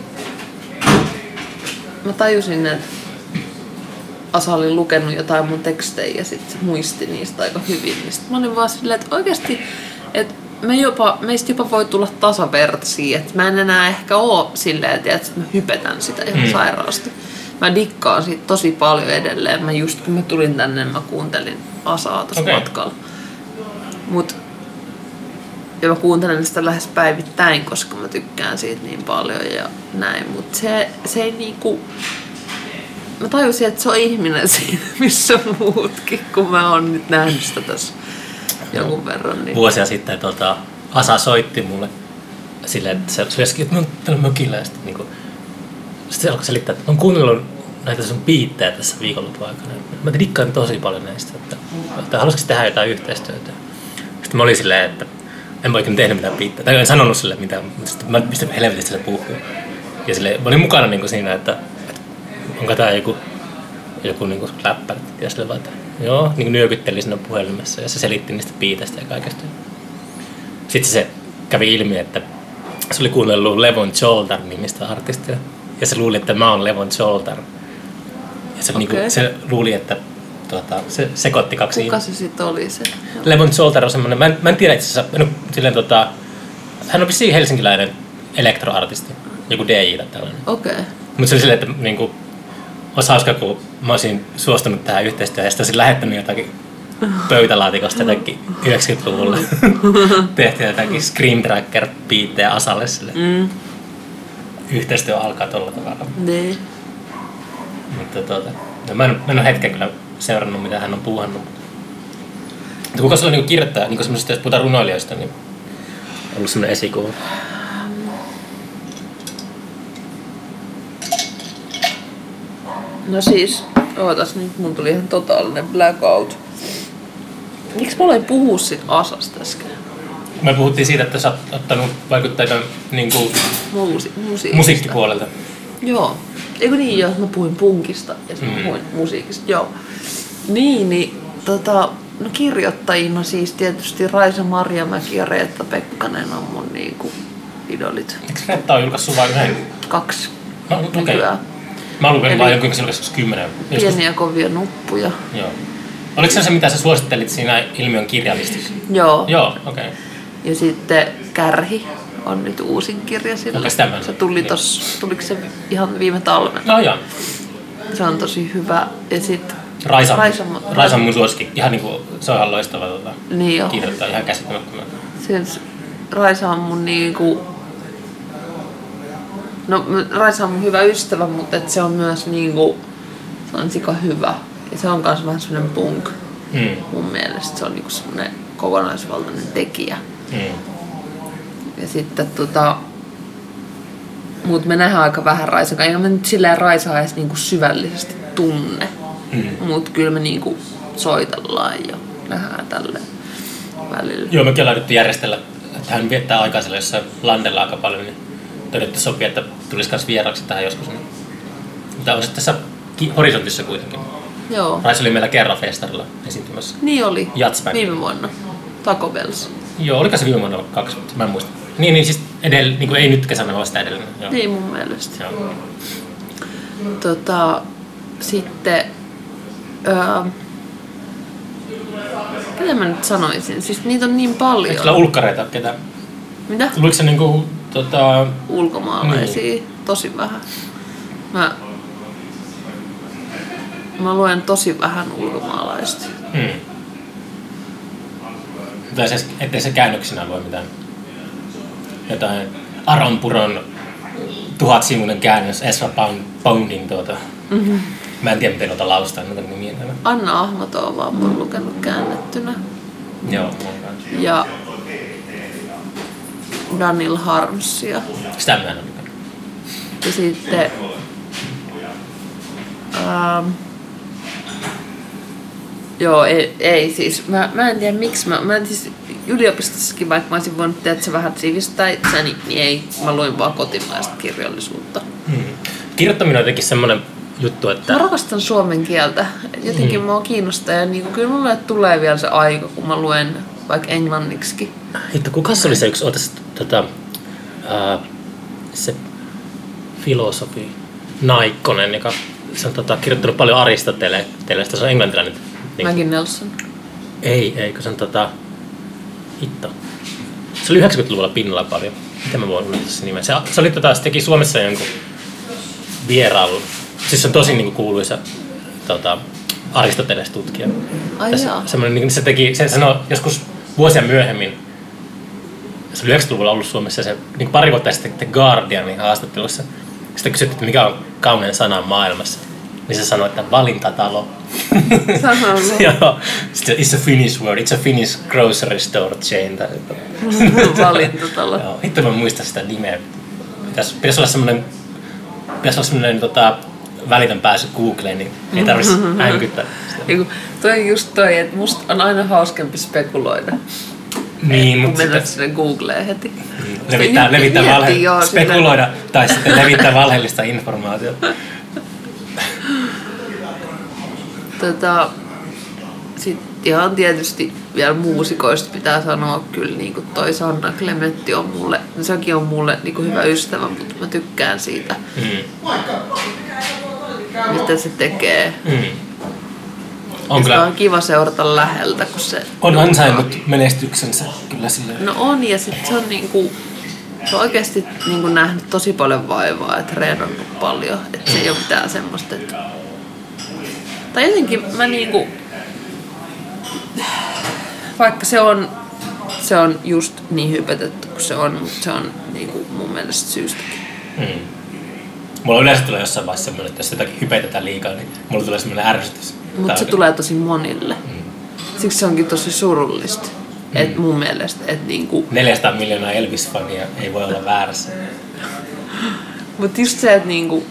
Mä tajusin, että Asa oli lukenut jotain mun tekstejä ja sit se muisti niistä aika hyvin. Niin sit mä olin vaan silleen, että oikeesti, että meistä jopa voi tulla tasavertaisia. Että mä en enää ehkä oo silleen, että mä hypetän sitä ihan sairaasti. Mä dikkaan siitä tosi paljon edelleen. Mä just kun mä tulin tänne, mä kuuntelin Asaa tossa matkalla. Ja mä kuuntelen sitä lähes päivittäin, koska mä tykkään siitä niin paljon ja näin. Mut se ei niinku... Mä tajusin, että se on ihminen siinä, missä muutkin, kun mä oon nyt nähnyt sitä tässä jonkun verran. Niin. Vuosia sitten Asa soitti mulle silleen, että se oli että mä oon tällä mökillä ja sitten niinku... Sitten se alkoi selittää, että mä oon kuunnellut näitä sun biittejä tässä viikonlopun aikana. Mä dikkaan tosi paljon näistä, että haluaisitko tehdä jotain yhteistyötä? Sitten mä olin silleen, että en mä oikein tehnyt mitään biittejä. Tai en sanonut sille mitään, mutta sitten mä pistin helvetistä sille puhuun. Ja silleen, mä olin mukana niinku siinä, että onko tää joku niinku läppäri. Ja silleen vaan, että joo, niinku nyökytteli siinä puhelimessa ja se selitti niistä biiteistä ja kaikesta. Sitten se kävi ilmi, että se oli kuunnellut Levon Shoulder-nimistä artistia. Ja se luuli, että mä oon Levon Shoulder. Ja se, niinku, se luuli, että se sekoitti kaksi. Kuka se sit oli se? Levon Shoulder on semmonen, mä en tiedä itse asiassa, hän on vissiin helsinkiläinen elektroartisti, joku DJ tai tällainen. Okei. Mutta se oli silleen, että niinku, olisi hauska, kun mä olisin suostunut tähän yhteistyöhön ja sitten olisin lähettänyt jotakin pöytälaatikosta jotakin 90-luvulla. Tehtiin jotakin Scream Tracker-biittejä Asalle sille. Yhteistyö alkaa tolla tavalla. Niin. Mutta mä en ole hetken kyllä seurannut, mitä hän on puuhannut. Mutta kuka sulla niinku kirjoittaa, niinku semmoisesta, jos puhutaan runoilijoista, niin on ollut semmoinen esikuva? No siis, ootas nyt, mun tuli ihan totaalinen blackout. Miksi mä aloin puhua sit Asasta äsken? Me puhuttiin siitä, että sä oot ottanut vaikutteita niinku musiikkipuolelta. Joo. Eikö niin joo, mä puhuin punkista ja sitten mä puhuin musiikista. Joo. Niin, no kirjoittajina siis tietysti Raisa Marjamäki ja Reetta Pekkanen on mun niinku idolit. Eikö Reetta ole julkaissut vain yhden? 2. Okei. Mä luken vaan jonkun, joka se julkaisi 10. Pieniä kovia nuppuja. Joo. Oliko se mitä sä suosittelit siinä Ilmiön kirjalistissa? Joo. Joo, okei. Ja sitten Kärhi on nyt uusin kirja sille. Se tuli tuliko se ihan viime talvena? No joo. Se on tosi hyvä. Ja sit Raisa on mun suosikki. Ihan niinku, se on ihan loistava niin kirjoittaa, ihan käsittämättömän. Raisa on mun niinku... No Raisa on mun hyvä ystävä, mutta et se on myös niinku... Se on sika hyvä. Ja se on myös vähän semmonen punk. Mun mielestä se on niinku semmonen kokonaisvaltainen tekijä. Ja sitten mut me nähdään aika vähän Raisan kanssa. Eihän me nyt silleen Raisaa edes niinku syvällisesti tunne. Mut kyllä me niinku soitellaan ja nähdään tälleen välillä. Joo, mekin ollaan yritetty järjestellä, että hän viettää aikaa siellä jossain landella aika paljon, niin todettu sopii, että tulisi myös vieraksi tähän joskus. Mutta on sitten tässä horisontissa kuitenkin. Joo. Raisa oli meillä kerran festarilla esiintymässä. Niin oli. Jatsbändi. Viime vuonna. Taco Bells. Joo, oliko se viime vuonna 2, mä en muista. Niin siis niin ei nyt kesänä, vaan sitä edellinen. Joo. Niin mun mielestä. Joo. Sitten... Mitä mä nyt sanoisin? Siis niitä on niin paljon. Eikö sulla ulkkareita ketään? Mitä? Tuliko se niinku... Ulkomaalaisia. Niin. Tosi vähän. Mä luen tosi vähän ulkomaalaista. Ettei se käännöksinä lue mitään. Jotain Aron Puron 1000-sivuinen käännös, Ezra Poundin Mä en tiedä miten noita laustaa, noita nimiä. Anna Ahmatova on mun lukenut käännettynä. Joo, mun kanssa. Ja Daniel Harmsia. Sitä mä en ole lukenut. Ja sitten... Joo, ei siis. Mä en tiedä miksi mä siis yliopistossakin, vaikka mä olisin voinut tehdä se vähän sivistää itseäni, niin ei. Mä luin vaan kotimaista kirjallisuutta. Kirjoittaminen on jotenkin semmoinen juttu, että... Mä rakastan suomen kieltä. Jotenkin mua kiinnostaa ja niin kyllä mulle tulee vielä se aika, kun mä luen vaikka englanniksi. Hitto, kukas oli se yksi, se filosofi Naikkonen, joka se on kirjoittanut paljon Aristoteleesta, se on englantilainen. Maggie Nelson. Ei, kun se on hitto. Se oli 90-luvulla pinnalla paljon. Miten mä voin unohtaa se nimen? Se oli se teki Suomessa jonkun vierailu. Siis se on tosi niinku kuuluisa Aristoteles-tutkija. Se sanoi joskus vuosia myöhemmin, se oli 90-luvulla ollut Suomessa ja se niin pari vuotta sitten The Guardianin haastattelussa. Sitten kysyttiin, että mikä on kaunein sana maailmassa. Niin se sanoi, että valintatalo. Joo. Sitten it's a Finnish word, it's a Finnish grocery store chain. Valintatalo. Joo, hitto mä muistan sitä nimeä. Pitäisi olla semmoinen välitön pääsy Googleen, niin ei tarvitsisi änkyttää. Toi on just toi, että musta on aina hauskempi spekuloida. Niin, kun mennät sinne Googleen heti. Levittää spekuloida tai sitten levittää valheellista informaatiota. Sitten ihan tietysti vielä muusikoista pitää sanoa kyllä niin kuin toi Sanna Clementti on mulle, sekin on mulle niin kuin hyvä ystävä, mutta mä tykkään siitä, mitä se tekee. On kiva seurata läheltä, kun se... On ansainnut menestyksensä kyllä silleen. No on, ja sitten se on niinku... Se on oikeasti niinku nähnyt tosi paljon vaivaa ja treenannut paljon. Että se ei ole mitään semmoista, että... Tai jotenkin mä niinku... Vaikka se on just niin hypetetty kuin se on, mutta se on niinku mun mielestä syystäkin. Mulla yleensä tulee jossain vaiheessa semmoinen, että jos jotakin hypetetään liikaa, niin mulla tulee semmoinen ärsytys. Mutta se tulee tosi monille. Siksi se onkin tosi surullista. Et mun mielestä, että niinku... 400 miljoonaa Elvis-fania ei voi olla väärässä. Mutta just se, että niinku,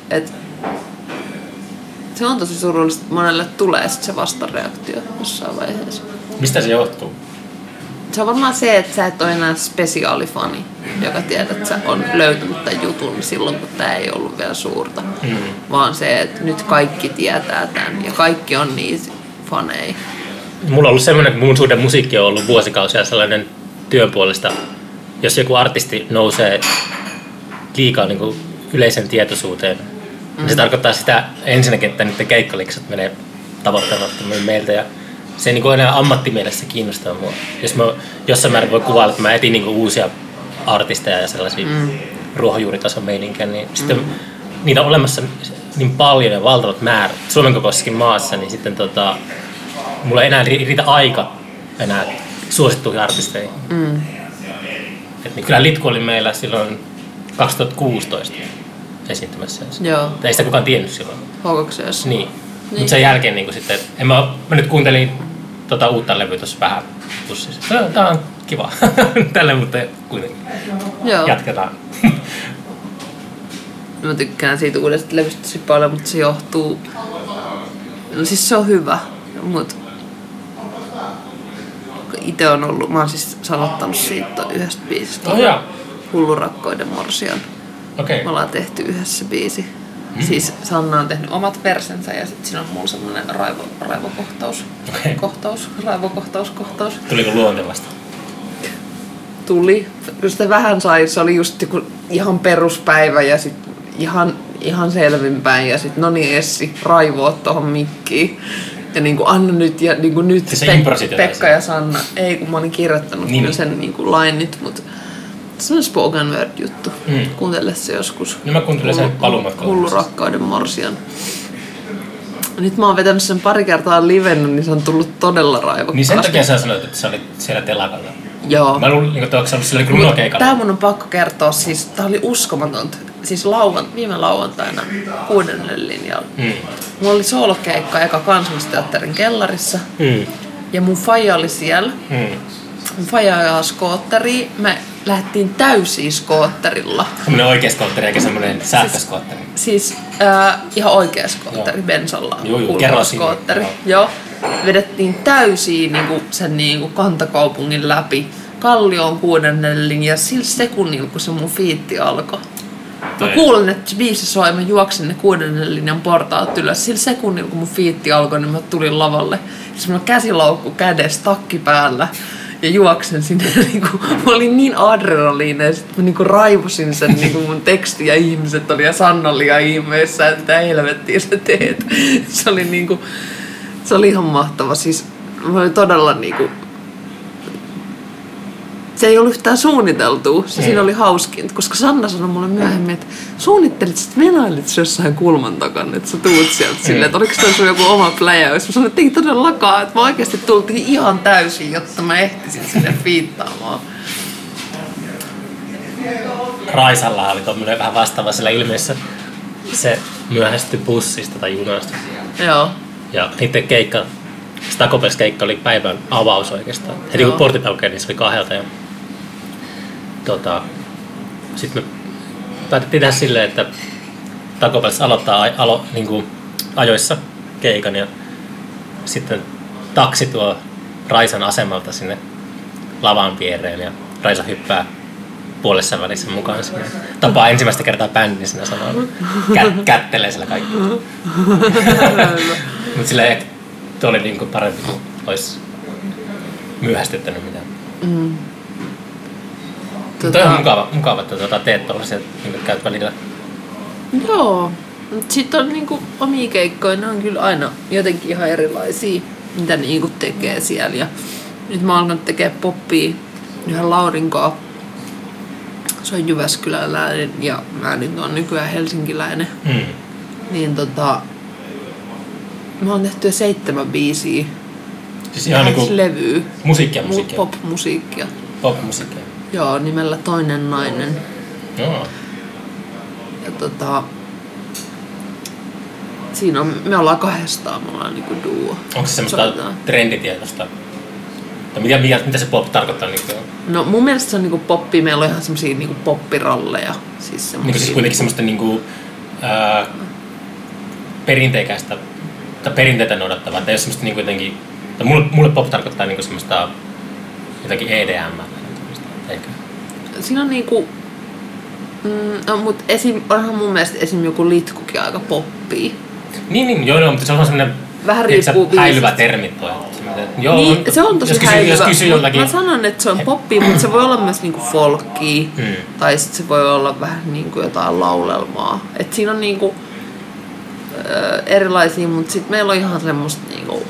se on tosi surullista, että monelle tulee sit se vastareaktio jossain vaiheessa. Mistä se johtuu? se on varmaan se, että sä et ole enää spesiaalifani, joka tiedät, että sä on löytänyt tämän jutun silloin, kun tää ei ollut vielä suurta. Vaan se, että nyt kaikki tietää tämän ja kaikki on niitä faneja. Mulla on ollut semmoinen, että mun suhde musiikki on ollut vuosikausia sellainen työn puolesta, jos joku artisti nousee liikaa niin kuin yleisen tietoisuuteen, niin se tarkoittaa sitä ensinnäkin, että niiden keikkaliksat menee tavoittamattomien meiltä ja se ei niin kuin enää ammattimielessä kiinnostaa mua. Jos mä jossain määrin voi kuvailla, että mä etin niin kuin uusia artisteja ja sellaisia ruohonjuuritason meininkiä, niin sitten niitä on olemassa niin paljon ja valtavat määrät Suomen kokoisessakin maassa, niin sitten mulla ei enää riitä aika enää suosittuihin artisteihin. Et niin kyllä Litku oli meillä silloin 2016 esiintymässä. Joo. Ei sitä kukaan tiennyt silloin. HKX:ssä. Niin. Mutta sen jälkeen niin sitten, mä nyt kuuntelin uutta levyä tuossa vähän pussissa. Tää on kiva. Tälle, mutta kuitenkin. Joo. Jatketaan. Mä tykkään siitä uudesta levystä tosi paljon, mutta se johtuu... No siis se on hyvä, mutta... Itse on ollut... Mä oon siis sanottanut siitä yhdestä biisistä. Hullu rakkoiden morsian. Okay. Me ollaan tehty yhdessä biisi. Siis Sanna on tehnyt omat versensä ja sitten siinä on mulla semmonen raivokohtaus. Okay. Kohtaus. Tuliko luontevasti? Tuli. Kyllä sitä vähän sai, se oli just ihan peruspäivä ja sitten ihan selvinpäin ja sitten no niin Essi, raivoo tohon mikkiin. Ja niinku anna nyt ja niinku nyt Pekka ja Sanna. Ei kun mä olin kirjoittanut niin. Sen niinku lainit, mutta se on spoken word juttu. Kuuntele se joskus. No mä kuuntelen sen paluumatkalla. Hullu rakkauden morsian. Nyt mä oon vetänyt sen pari kertaa livenä, niin se on tullut todella raivokkaasti. Niin sen takia sä sanoit, että sä olit siellä telakalla. Joo. Mä luulin, että ootko sä ollut siellä runokeikalla. Tää mun on pakko kertoa, siis tää oli uskomatonta. Siis viime lauantaina 6. linjalla. Mulla oli soolokeikka eka Kansallisteatterin kellarissa. Ja mun faija oli siellä. Mun faija ajaa skootteria. Me lähdettiin täysiä skootterilla. Semmoinen oikea skootteri eikä semmoinen sähköskootteri. Siis ihan oikea skootteri, bensalla. Kerro skootteri. Joo. Vedettiin täysiä niinku, sen niinku kantakaupungin läpi. Kallioon 6. linja sillä sekunnilla, kun se mun fiitti alkoi. Mä kuulin, että biisi soi, mä juoksin ne 6. linjan portaat ylös. Sillä sekunnilla, kun mun fiitti alkoi, niin mä tulin lavalle. Siis mulla käsilaukku kädessä, takki päällä. Ja juoksen sinne, niinku, mä olin niin adrenaliina, sit mä niinku raivosin sen niinku mun teksti ja ihmiset oli ja Sanna oli ihan ihmeessä, että mitä helvettiä sä teet. Se oli ihan mahtava, siis mä olin todella niinku, se ei ollut yhtään suunniteltua, siinä oli hauskin, koska Sanna sanoi mulle myöhemmin, että suunnittelit, että venailit jossain kulman takana, että sä tuut sieltä silleen, että oliko toi sun joku oma pläjäys. Mä sanoin, että ei todellakaan, että mä oikeasti tultiin ihan täysin, jotta mä ehtisin sinne fiittaamaan. Raisalla oli tommoinen vähän vastaava sillä ilmeessä. Se myöhästyi bussista tai junasta. Joo. Ja niiden keikka, Stakopels keikka oli päivän avaus oikeastaan. Heti kun portit aukeaa, niin se oli 2. Ja sitten me päätettiin tehdä silleen, että Stakopels aloittaa niin ajoissa keikan ja sitten taksi tuo Raisan asemalta sinne lavan viereen ja Raisa hyppää puolessa välissä mukaan sinne. Tapaa ensimmäistä kertaa bändin siinä samalla. Kättelee siellä kaikki. Mutta silleen, tuo oli niinku parempi kuin olisi myöhästyttänyt mitään. Toi on mukava, että teet tollasia, niin käyt välillä. Joo. Sitten on niinku omia keikkoja, ne on kyllä aina jotenkin ihan erilaisia, mitä ne niinku tekee siellä. Ja nyt mä oon alkanut tekee poppia yhden Laurinkoa. Se on jyväskyläläinen ja mä nyt oon nykyään helsinkiläinen. Niin mä oon tehty 7 biisiä. Siis ihan niinku levyä. Musiikkia. Pop-musiikkia. Pop-musiikkia. Joo, nimellä Toinen nainen. Joo. Ja siinä on, me ollaan 2, me ollaan niinku duo. Onko se semmoista trenditietoista? Mitä se pop tarkoittaa nykyään? No mun mielestä se on niinku poppi, meillä on ihan semmosia niinku poppiralleja. Siis kuitenkin semmoista niinku perinteikäistä tai perinteitä noudattavaa. Tai jos semmoista niinku jotenkin, tai mulle pop tarkoittaa niinku semmoista jotakin EDM. Eikö? Siinä on niinku... no, mut onhan mun mielestä esim. Joku litkukin aika poppii. Niin, joo, mutta se on semmoinen vähän riippuu häilyvä termi toi. Joo, niin, se on tosi häilyvä. Jollakin... Mä sanon, että se on poppia, mutta se voi olla myös niinku folkkia. Tai sit se voi olla vähän niinku jotain laulelmaa. Et siinä on niinku erilaisia, mutta sit meillä on ihan semmoista niinku...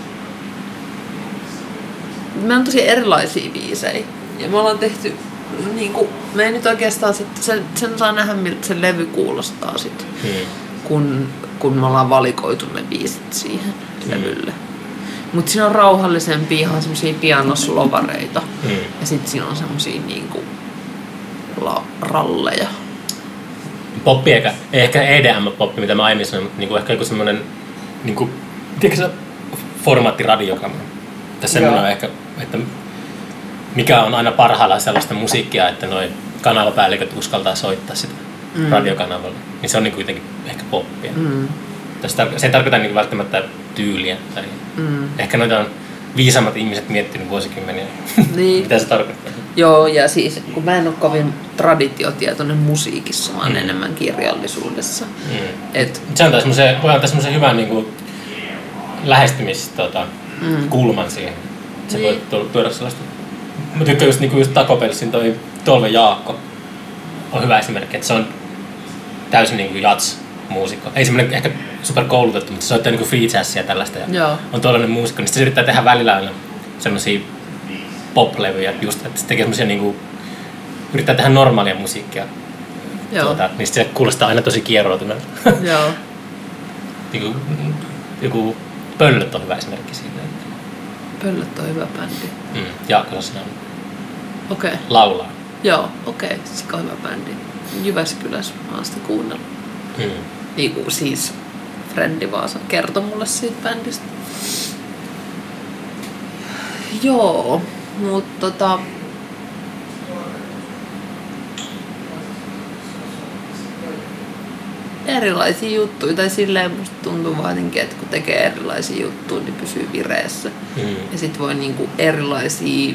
Me on tosi erilaisia biisejä. Ja me ollaan tehty niinku... Me ei nyt oikeastaan sit... Sen saa nähdä, miltä se levy kuulostaa sit. Kun me ollaan valikoitu ne biisit siihen levylle. Mut siinä on rauhallisempia, ihan semmosia pianoslovareita. Ja sit siinä on semmosia niinku ralleja. Poppi ehkä EDM-poppi, mitä mä aiemmin sanoin, mutta niinku ehkä joku semmonen niinku, tiedätkö sä, formaattiradiokamera. Tässä semmonen on ehkä, että mikä on aina parhaillaan sellaista musiikkia, että noi kanavapäälliköt uskaltaa soittaa sitä radiokanavalla. Niin se on niinku kuitenkin ehkä poppia. Se ei tarkoita niinku välttämättä tyyliä. Tai ehkä noita on viisaammat ihmiset miettinyt vuosikymmeniä. Niin. Mitä se tarkoittaa? Joo, ja siis kun mä en ole kovin traditiotietoinen musiikissa, vaan enemmän kirjallisuudessa. Se antaa semmoisen hyvän niinku kulman siihen. Se voi tuoda sellaista. Mä tykkään just Taco Bellsin toi Tolve Jaakko on hyvä esimerkki, että se on täysin niinku jazz-muusikko. Ei semmoinen ehkä superkoulutettu, mutta se soittaa niinku free jazzia ja tällaista. Ja on tollainen muusikko, niin se yrittää tehdä välillä aina semmosia pop-levyjä, just, että se tekee semmosia niinku, yrittää tehdä normaalia musiikkia. Niin se kuulostaa aina tosi kieroutuneelta. Joo. Joku Pöllöt on hyvä esimerkki siitä. Pöllöt on hyvä bändi. Jaakko Sassinen Okei. laulaa. Joo, okei. Sika hyvä bändi. Jyväskylässä mä oon sitä kuunnellut. Niinku siis Frendi Vaasa kertoi mulle siitä bändistä. Joo, mutta erilaisia juttuja, tai silleen musta tuntuu vaan jotenkin, että kun tekee erilaisia juttuja, niin pysyy vireessä. Ja sit voi niinku erilaisia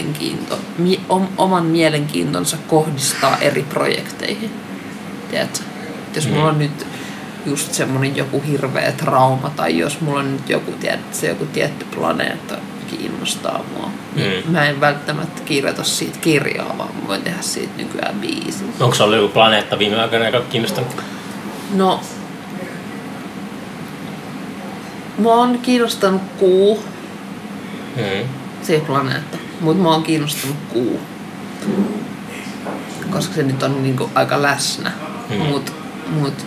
oman mielenkiintonsa kohdistaa eri projekteihin. Tiedätkö? Jos mulla on nyt just semmonen joku hirveä trauma, tai jos mulla on nyt joku tietty planeetta kiinnostaa mua. Mä en välttämättä kirjoita siitä kirjaa, vaan mä voin tehdä siitä nykyään biisin. Onko se ollut joku planeetta viime aikoina, joka on kiinnostanut? No, mua on kiinnostanut kuu. Se ei planeetta, mutta mua on kiinnostanut kuu. Koska se nyt on niinku aika läsnä. Mut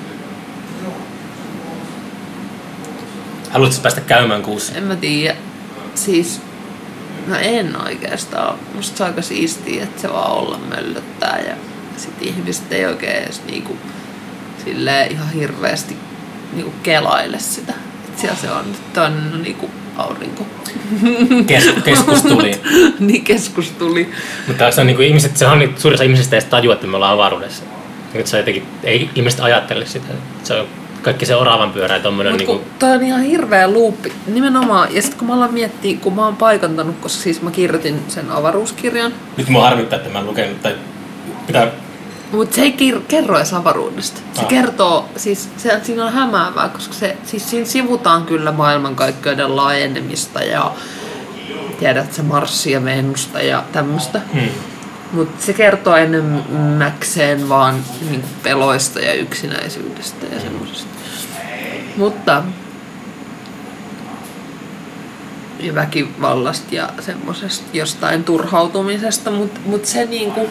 haluatko päästä käymään kuussa? En mä tiedä. Siis, no en oikeastaan. Musta se on aika siistiä, että se vaan olla möllöttää ja sit ihmiset ei oikein edes niinku silleen ihan hirveästi niinku kelaile sitä. Et siellä se on nyt toinen on niinku aurinko. Keskus tuli. Niin, keskus tuli. Mutta se on niinku ihmiset, se on suurin osa ihmisistä edes tajua, että me ollaan avaruudessa. Nyt se jotenkin, ei ihmiset ajattele sitä. Se on kaikki se oravan pyörä ja tommonen niinku. Toi on ihan hirveä luuppi. Nimenomaan. Ja sit kun mä aloin miettiä, kun mä oon paikantanut, koska siis mä kirjoitin sen avaruuskirjan. Nyt mua harmittaa, että mä en lukenut tai pitää. Mutta se ei kerro edes avaruudesta. Se kertoo, siis siinä on hämäävää, koska siis siinä sivutaan kyllä maailmankaikkeuden laajenemista ja tiedät se Marssia ja Venusta ja tämmöstä. Mutta se kertoo enemmäkseen vaan niinku peloista ja yksinäisyydestä ja semmosesta. Mutta ja väkivallasta ja semmosesta jostain turhautumisesta, mut se niinku.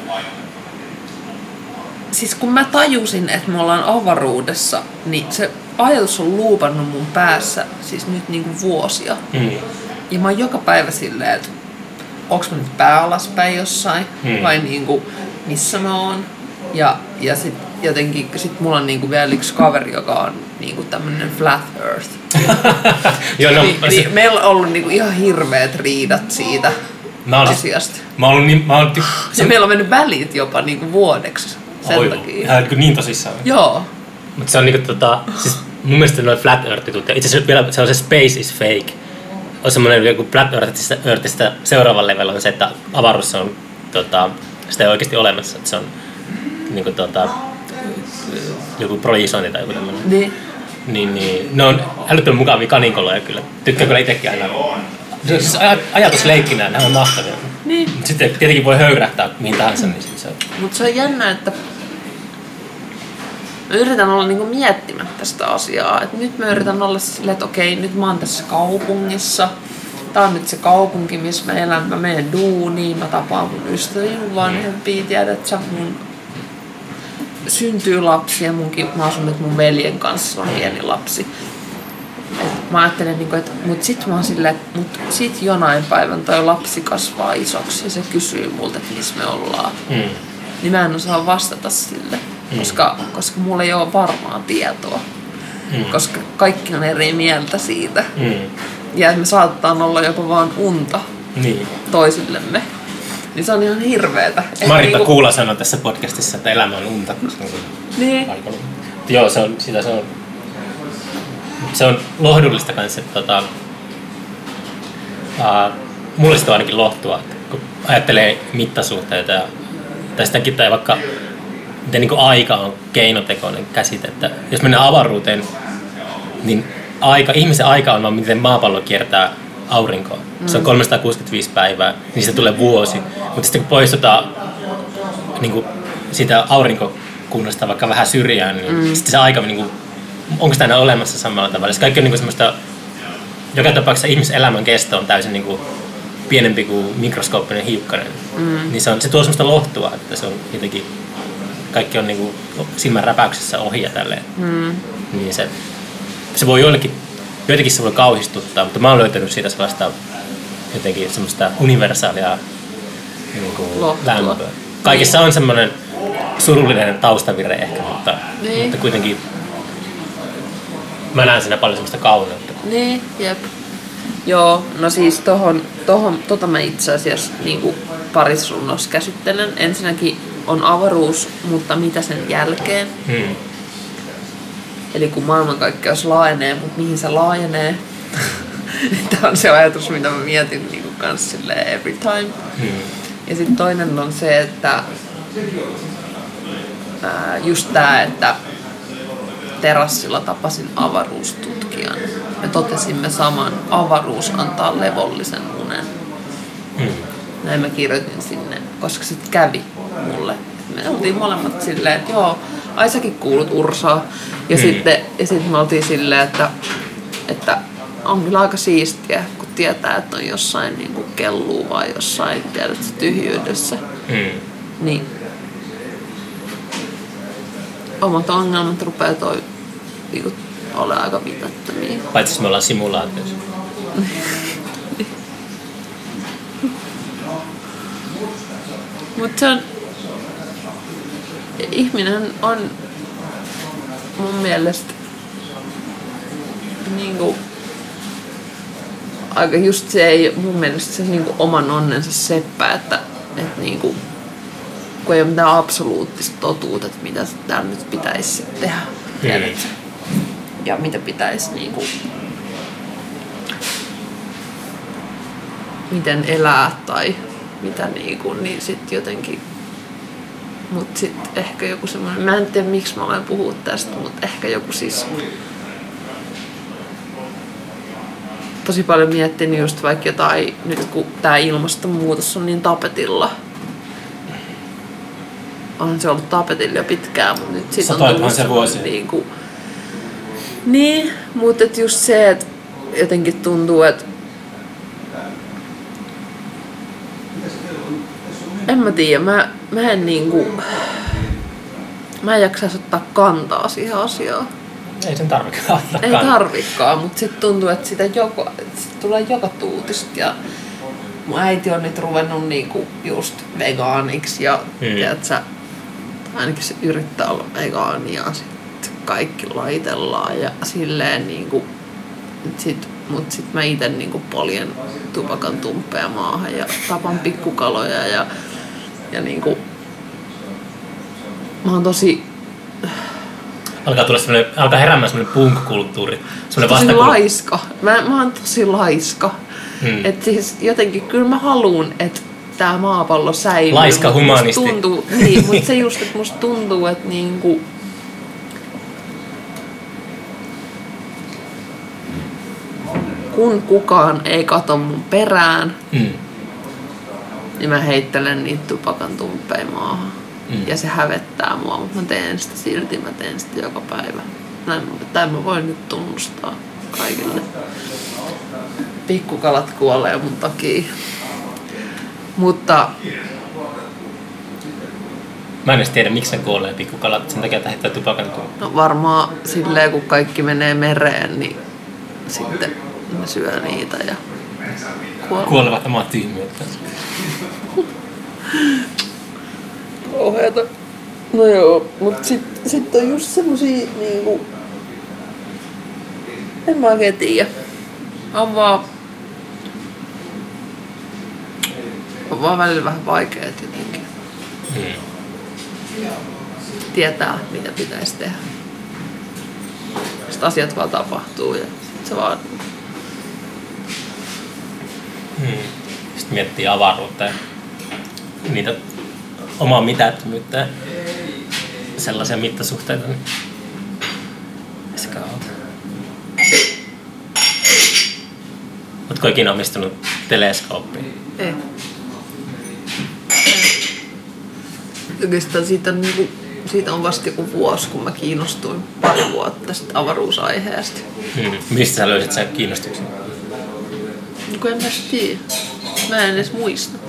Siis kun mä tajusin, että me ollaan avaruudessa, niin se ajatus on luupannut mun päässä siis nyt niinku vuosia. Ja mä oon joka päivä silleen, että onks mä nyt pää alaspäin jossain vai niinku missä mä oon. Ja sit jotenkin sit mulla on niinku vielä yksi kaveri, joka on niinku tämmönen flat earth. niin meillä on ollut niinku ihan hirveät riidat siitä asiasta. Ja meillä on mennyt välit jopa niinku vuodeksi. Sen takia. Niin tosissaan. Joo. Mutta se on niinku siis mun mielestä noin flat earth-tutut. Itse asiassa vielä se on se space is fake. on semmoinen joku Black Earthistä seuraava level on se, että avaruus on, sitä ei oikeasti olemassa, että se on niinku, joku projisointi tai joku tämmöinen. Niin, ne on älyttömän mukavia kaninkoloja kyllä. Tykkään kyllä itsekin aina. Siis ajatusleikkinä nämä on mahtavia. Niin. Sitten tietenkin voi höyrähtää mihin tahansa, niin se on. Mutta se on jännä, että mä yritän olla niinku miettimättä sitä asiaa. Et nyt mä yritän olla silleen, että okei, nyt mä oon tässä kaupungissa. Tää on nyt se kaupunki, missä mä elän. Mä menen duuniin, mä tapaan mun ystäviä, mun vanhempia. Tiedät sä, mun syntyy lapsi ja mä asun nyt mun veljen kanssa, on pieni lapsi. Et mä ajattelen, että mut sit mä oon silleen, että mut sit jonain päivän toi lapsi kasvaa isoksi ja se kysyy multa, että missä me ollaan. Niin mä en osaa vastata sille, koska mulla ei ole varmaa tietoa. Koska kaikki on eri mieltä siitä. Ja me saatetaan olla jopa vaan unta toisillemme. Niin se on ihan hirveetä. Maritta Kuula sanoi tässä podcastissa, että elämä on unta. Niin. Joo, se on lohdullista kanssa, että mulle sitä on ainakin lohtua, että kun ajattelee mittasuhteita tai sitäkin tai vaikka miten niin kuin aika on keinotekoinen käsite, että jos mennään avaruuteen, niin ihmisen aika on vaan miten maapallo kiertää aurinkoa. Se on 365 päivää, niin siitä tulee vuosi. Mutta sitten kun poistutaan niin kuin siitä aurinkokunnasta vaikka vähän syrjään, niin sitten se aika, niin kuin, onko sitä enää olemassa samalla tavalla? Se kaikki on niin kuin semmoista, joka tapauksessa ihmiselämän kesto on täysin niin kuin pienempi kuin mikroskooppinen hiukkanen. Niin se tuo semmoista lohtua, että se on jotenkin, kaikki on niin kuin silmän räpäyksessä ohi ja tälleen. Niin se voi joitakin se voi kauhistuttaa, mutta mä oon löytänyt siitä sellaista jotenkin semmoista universaalia niin kuin lämpöä. Kaikissa on semmoinen surullinen taustavire ehkä, mutta kuitenkin mä näen siinä paljon semmoista kauneutta. Niin, jep. Joo, no siis tota mä itse asiassa niin parissa runnossa käsittelen. Ensinnäkin on avaruus, mutta mitä sen jälkeen? Eli kun maailmankaikkeus laajenee, mutta mihin se laajenee? Tämä on se ajatus, mitä mä mietin niin kans silleen every time. Ja sitten toinen on se, että just tää, että terassilla tapasin avaruustutkijan. Me totesimme saman, avaruus antaa levollisen unen. Näin mä kirjoitin sinne, koska sit kävi mulle. Me oltiin molemmat silleen, että joo, ai säkin kuulut Ursaa. Ja sitten me oltiin silleen, että on kyllä aika siistiä, kun tietää, että on jossain niin kuin kelluu vai jossain tyhjyydessä. Niin omat ongelmat rupeaa niin olemaan aika mitättömiä. Paitsi jos me ollaan simulaatiossa. Mutta se on, ihminen on mun mielestä niinku aika just se ei mun mielestä se niinku oman onnensa seppä, että niinku kun ei ole mitään absoluuttista totuutta, että mitä täällä nyt pitäisi tehdä. Ja mitä pitäisi niinku miten elää tai mitä niinku, niin sit jotenkin. Mut sit ehkä joku semmoinen, mä en tiedä miksi mä olen puhua tästä, mutta ehkä joku siis tosi paljon miettinyt just vaikka jotain, nyt kun tää ilmastonmuutos on niin tapetilla. On se ollut tapetilla jo pitkään, mutta nyt sit on tullut se vuosi. Niinku, niin, mutta just se, että jotenkin tuntuu, että en mä tiedä, mä en niinku, mä en jaksaisi ottaa kantaa siihen asiaan. Ei sen tarvikaan ottaa kantaa. Ei tarvikaan, mutta sit tuntuu, että sitä tulee joka tuutista ja mun äiti on nyt ruvennut niinku just vegaaniksi ja tiedätkö, ainakin se yrittää olla vegaani ja sit kaikki laitellaan ja silleen niinku, mut sit mä ite niinku poljen tupakan tumppeja maahan ja tapan pikkukaloja ja niinku mä oon tosi alkaa heräämään semmoinen punk-kulttuuri. Tosi laiska. Mä oon tosi laiska. Että siis jotenkin kyllä mä haluun, että tää maapallo säilyy. Laiska humanisti. Niin, mutta se just, että musta tuntuu, että niinku kun kukaan ei kato mun perään, niin mä heittelen niitä tupakan tumppeja maahan. Ja se hävettää mua, mutta mä teen sitä silti, mä teen sitä joka päivä. Näin mä voin nyt tunnustaa kaikille. Pikkukalat kuolee mun takia. Mutta mä en edes tiedä, miksi ne kuolee pikkukalat. Sen takia, että heittää tupakan tumppeja. no varmaan silleen, kun kaikki menee mereen, niin sitten ne syö niitä ja Kuolevat omaa tyhmyyttä. Kauheeta. No joo, mut sit on just semmosia niinku en mä oikein tiedä. On vaan välillä vähän vaikeet jotenkin. Tietää, mitä pitäisi tehdä. Sitten asiat vaan tapahtuu ja sit se vaan Sitten miettii avaruutta ja niitä omaa mitättömyyttä ja sellaisia mittasuhteita. Niin miskä oot? Ootko ikinä omistunut teleskooppia? ei. Oikeastaan siitä on vasta joku vuosi, kun mä kiinnostuin pari vuotta tästä avaruusaiheesta. Mistä sä löysit sen kiinnostuksen? Kun en mä tiedä. Mä en edes muista.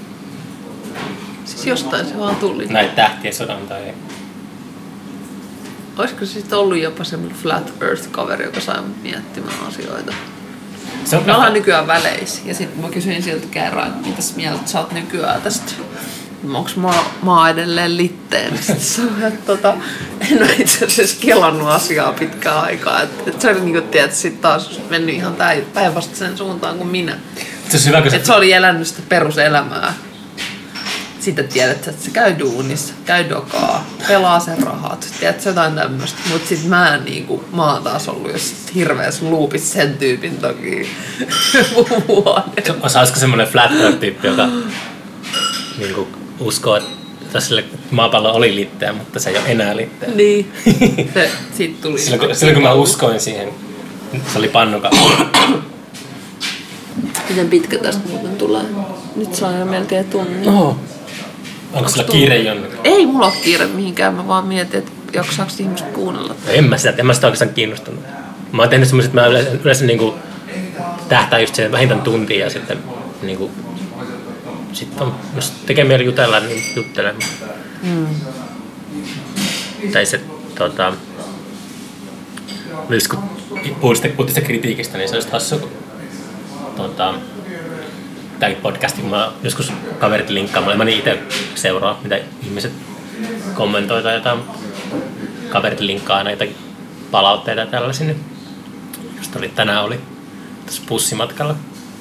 Siis jostain se vaan tuli. Näitä tähtien sodan tai... Olisiko se sitten ollut jopa semmoinen Flat Earth-kaveri, joka sai mut miettimään asioita? Se on Me ollaan nykyään väleissä. Ja sitten mä kysyin siltä kerran, että mitäs mieltä sä oot nykyään tästä. Onko maa edelleen litteen? Sitten sanoin, että en ole itse asiassa kelannut asiaa pitkään aikaa. Et se oli niin kuin tiedät, sit taas mennyt ihan päinvastaiseen suuntaan kuin minä. Se oli elänyt sitä peruselämää. Sitten tiedät, että se käy duunissa, käy dokaa, pelaa sen rahat, tiedät jotain tämmöistä. Mut sit mä oon taas ollut jos hirveässä loopissa sen tyypin takia vuoden. Olisiko semmonen flat earth-tyyppi, joka niinku uskoo, että maapallo oli litteä, mutta se ei ole enää litteä. Niin, siitä tuli. Silloin kun mä uskoin siihen, se oli pannukappi. Miten pitkä tästä muuten tulee? Nyt saa jo melkein tunnin. Oho. Onko sulla kiire jonnekin? Ei mulla ole kiire mihinkään, mä vaan mietin, että jaksaako ihmiset kuunnella. En mä sitä oikeastaan kiinnostunut. Mä oon tehnyt semmoiset, että mä yleensä niinku tähtää just siihen vähintään tuntiin ja sitten niinku sitten jos tekee mieli jutella, niin juttelen. Tai se just kun puhutte kritiikistä, niin se olisi hassu, kun tämäkin podcasti, kun mä joskus kaverit linkkaamaan, mä niin itse seuraa, mitä ihmiset kommentoi tai jotain. Kaverit linkkaa aina jotakin palautteita ja tällaisia. Niin just tänään oli tässä bussimatkalla.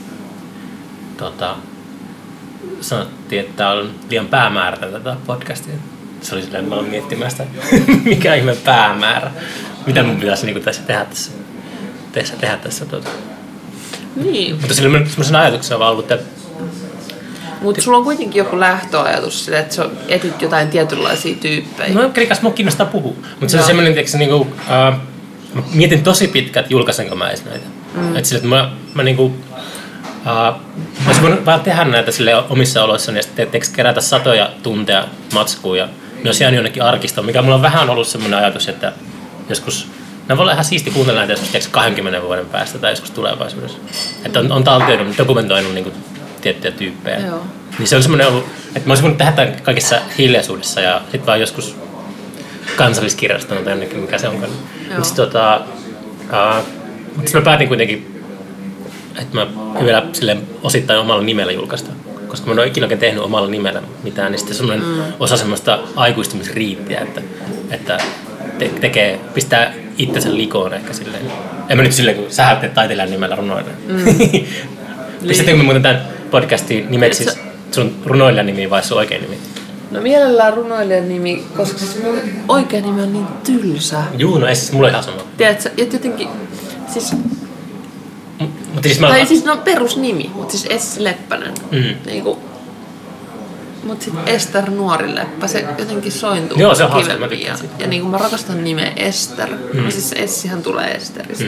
Sanottiin, että tää on liian päämäärä tätä podcastia. Se oli silleen, mä aloin miettimään sitä, mikä ihme päämäärä. Mitä mun pitäisi niin tässä tehdä tässä. Niin. Mutta sillä on semmoisen ajatuksen vaan ollut, että... Mutta sulla on kuitenkin joku lähtöajatus sille, että sä etit jotain tietynlaisia tyyppejä. No krikas, mua kiinnostaa puhua. Mutta se on semmoinen, että niinku, mä mietin tosi pitkään, että julkaisenko mä edes näitä. Että sille, että mä niinku... mä olisin voinut vaan tehdä näitä sille omissa oloissani ja sitten kerätä satoja tunteja matskuun ja ne olisi jäänyt jonnekin arkistoon, mikä mulla on vähän ollut semmoinen ajatus, että joskus nämä voi olla ihan siisti kuunnella näitä joskus 20 vuoden päästä tai joskus tulevaisuudessa. Että on taltioinut, dokumentoinut niin kuin tiettyjä tyyppejä. Joo. Niin se on semmoinen ollut, että mä olisin voinut tehdä tämän kaikessa hiljaisuudessa ja sitten vaan joskus Kansalliskirjastoon tai jonnekin, mikä se onkaan. Mutta sitten mä päätin kuitenkin, että mä vielä silleen osittain omalla nimellä julkaista. Koska mä en ole ikinä oikein tehnyt omalla nimellä mitään, niin sitten semmoinen osa semmoista aikuistumisriittiä, että pistää itsensä likoon ehkä silleen. En mä nyt silleen, kun sä teet taiteilijan nimellä runoilla. Pistetäänkö me muuten tämän podcastin nimeksi sun runoilijan nimi vai sun oikein nimi? No mielellään runoilijan nimi, koska siis mun oikea nimi on niin tylsä. Juu, no ei siis mulla ihan sama. Tiedätkö, että jotenkin, siis Tai siis no perusnimi, mutta siis Essi Leppänen. Niinku, mut sit Ester Nuori Leppä, se jotenkin sointuu. Joo, se on hauska, mä tykkään siitä. Ja niinku mä rakastan nimeä Ester. No siis Essihän tulee Esteristä.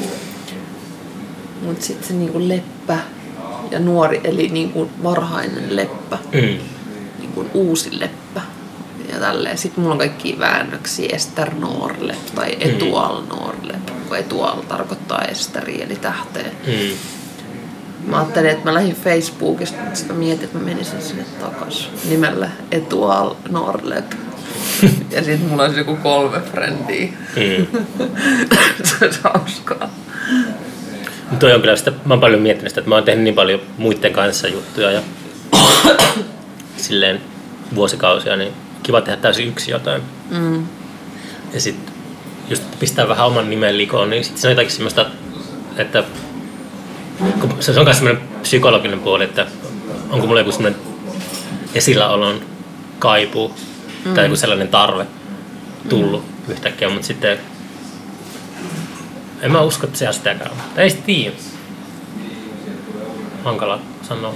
Mut sit se niinku Leppä ja nuori, eli niinku varhainen leppä. Niinku uusi leppä. Ja tälleen. Sitten mulla on kaikkia väännöksiä Ester Norlep tai Etual Norlep, kun Etual tarkoittaa Esteriä eli tähteä. Mä ajattelin, että mä lähdin Facebookista, mutta sitten mietin, että mä menisin sinne takas nimellä Etual Norlep. Ja sitten mulla olisi joku 3 frendiä. Se olisi hauskaa. Toi on kyllä sitä, mä oon paljon miettinyt sitä, että mä oon tehnyt niin paljon muiden kanssa juttuja ja silleen vuosikausia, niin kiva tehdä täysin yksi jotain. Ja sitten just pistää vähän oman nimen likoon, niin sitten se on jotakin semmoista, että se on myös semmoinen psykologinen puoli, että onko mulla joku semmoinen esilläolon kaipuu tai joku sellainen tarve tullut yhtäkkiä, mutta sitten en mä usko, että se on sitäkään. Ei sitä tiedä. Hankala sanoa.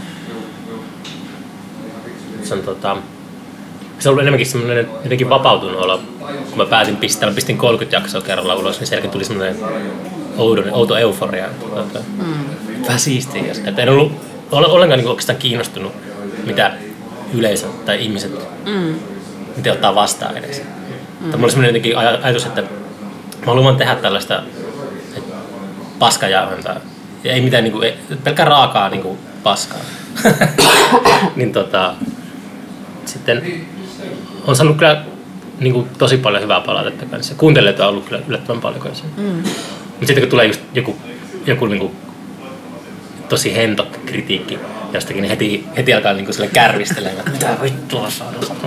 Se on se on ollut enemmänkin semmoinen jotenkin vapautunut olla, kun mä pistin 30 jaksoa kerralla ulos, niin sielläkin tuli semmoinen outo euforia. Vähän siistiä. Että en ollut ollenkaan niin oikeastaan kiinnostunut, mitä yleisö tai ihmiset miten ottaa vastaan edes. Mulla oli semmoinen jotenkin ajatus, että mä haluan tehdä tällaista paskajauhantaa. Ja ei mitään niinku, pelkkää raakaa niinku paskaa. Niin sitten on saanut kyllä niinku tosi paljon hyvää palautetta kanssa. Kuuntelijat on ollut kyllä yllättävän paljon kanssa. Mutta sitten kun tulee just joku niinku tosi hento kritiikki jostakin, niin heti alkaa niinku sille kärvistelemään, että mitä vittua sanoa.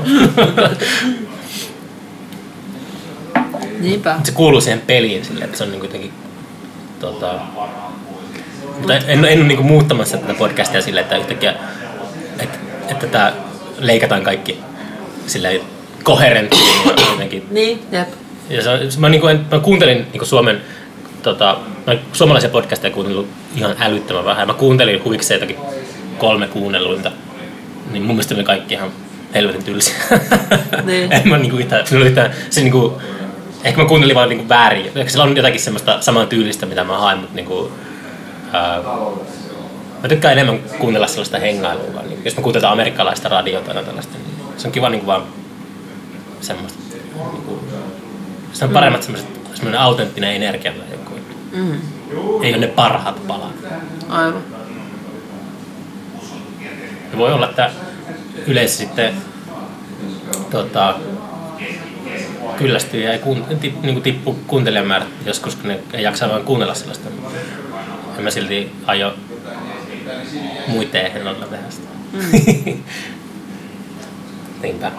Niinpä. Se kuuluu siihen peliin silleen, että se on niinku jotenkin mutta en ole niinku muuttamassa tätä podcastia silleen, että yhtäkkiä että tää leikataan kaikki silleen koherenttiin jotenkin. Niin, jep. Ja mä kuuntelin niinku suomalaisia podcasteja kuunnellut ihan älyttömän vähän. Mä kuuntelin huvikseen jotakin 3 kuunnelluinta. Niin mun mielestä ne kaikki ihan helvetin tylsiä. Niin. En mä niinku yhtään, se niinku ehkä mä kuuntelin vaan niinku väärin. Ehkä sillä on jotakin semmoista samaa tyylistä, mitä mä haen, mutta niinku mä tykkään enemmän kuunnella sellaista hengailua. Niin, jos mä kuuntelen amerikkalaista radiota tai tällaista, niin se on kiva niinku vaan semmoista. Niinku, se on paremmat semmoinen autenttinen energia tai joku. Ei ole ne parhaat palat. Aivan. Ja voi olla, että yleensä sitten kyllästyy ja ei niinku tippu kuuntelijamäärät joskus, kun ne ei jaksaa vaan kuunnella sellaista. En mä silti aio muiden ehdolla tehdä sitä. Niinpä.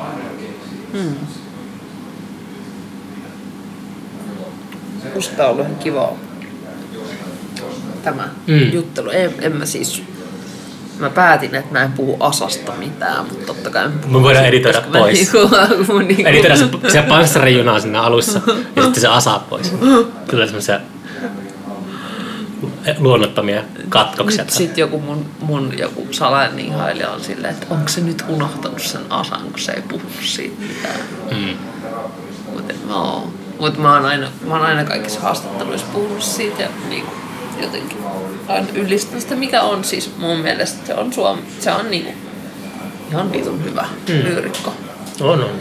Musta on ollut ihan kivaa tämä juttelu. En mä siis... Mä päätin, että mä en puhu Asasta mitään, mutta totta kai... Me voidaan editoida pois. Editoida se panssarijuna sinne alussa ja sitten se Asa pois. Tulee semmoisia luonnottomia katkoksia. Sitten joku mun joku salainen ihailija on silleen, että onko se nyt unohtanut sen Asan, kun se ei puhunut siitä mitään. Mutta mä oon aina kaikissa haastatteluissa puhunut siitä ja niin, jotenkin aina ylistänyt sitä, mikä on siis mun mielestä se on niinku ihan vitun hyvä lyyrikko. On.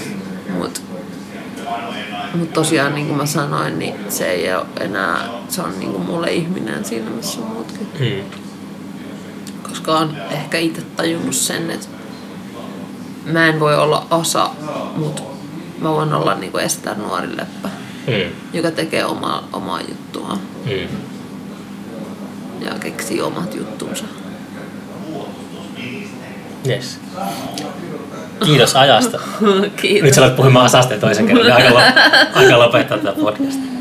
Mut tosiaan niin kuin mä sanoin, niin se ei ole enää, se on niinku mulle ihminen siinä missä on muutkin. Koska on ehkä itse tajunnut sen, että mä en voi olla Asa, mut mä voin olla niinku Ester Nuori Leppä, joka tekee omaa juttuaan. Ja keksii omat juttunsa. Yes. Kiitos ajasta. Kiitos. Nyt sä olet puhumaan Asasta toisen kerran. Aika lopettaa tätä podcastia.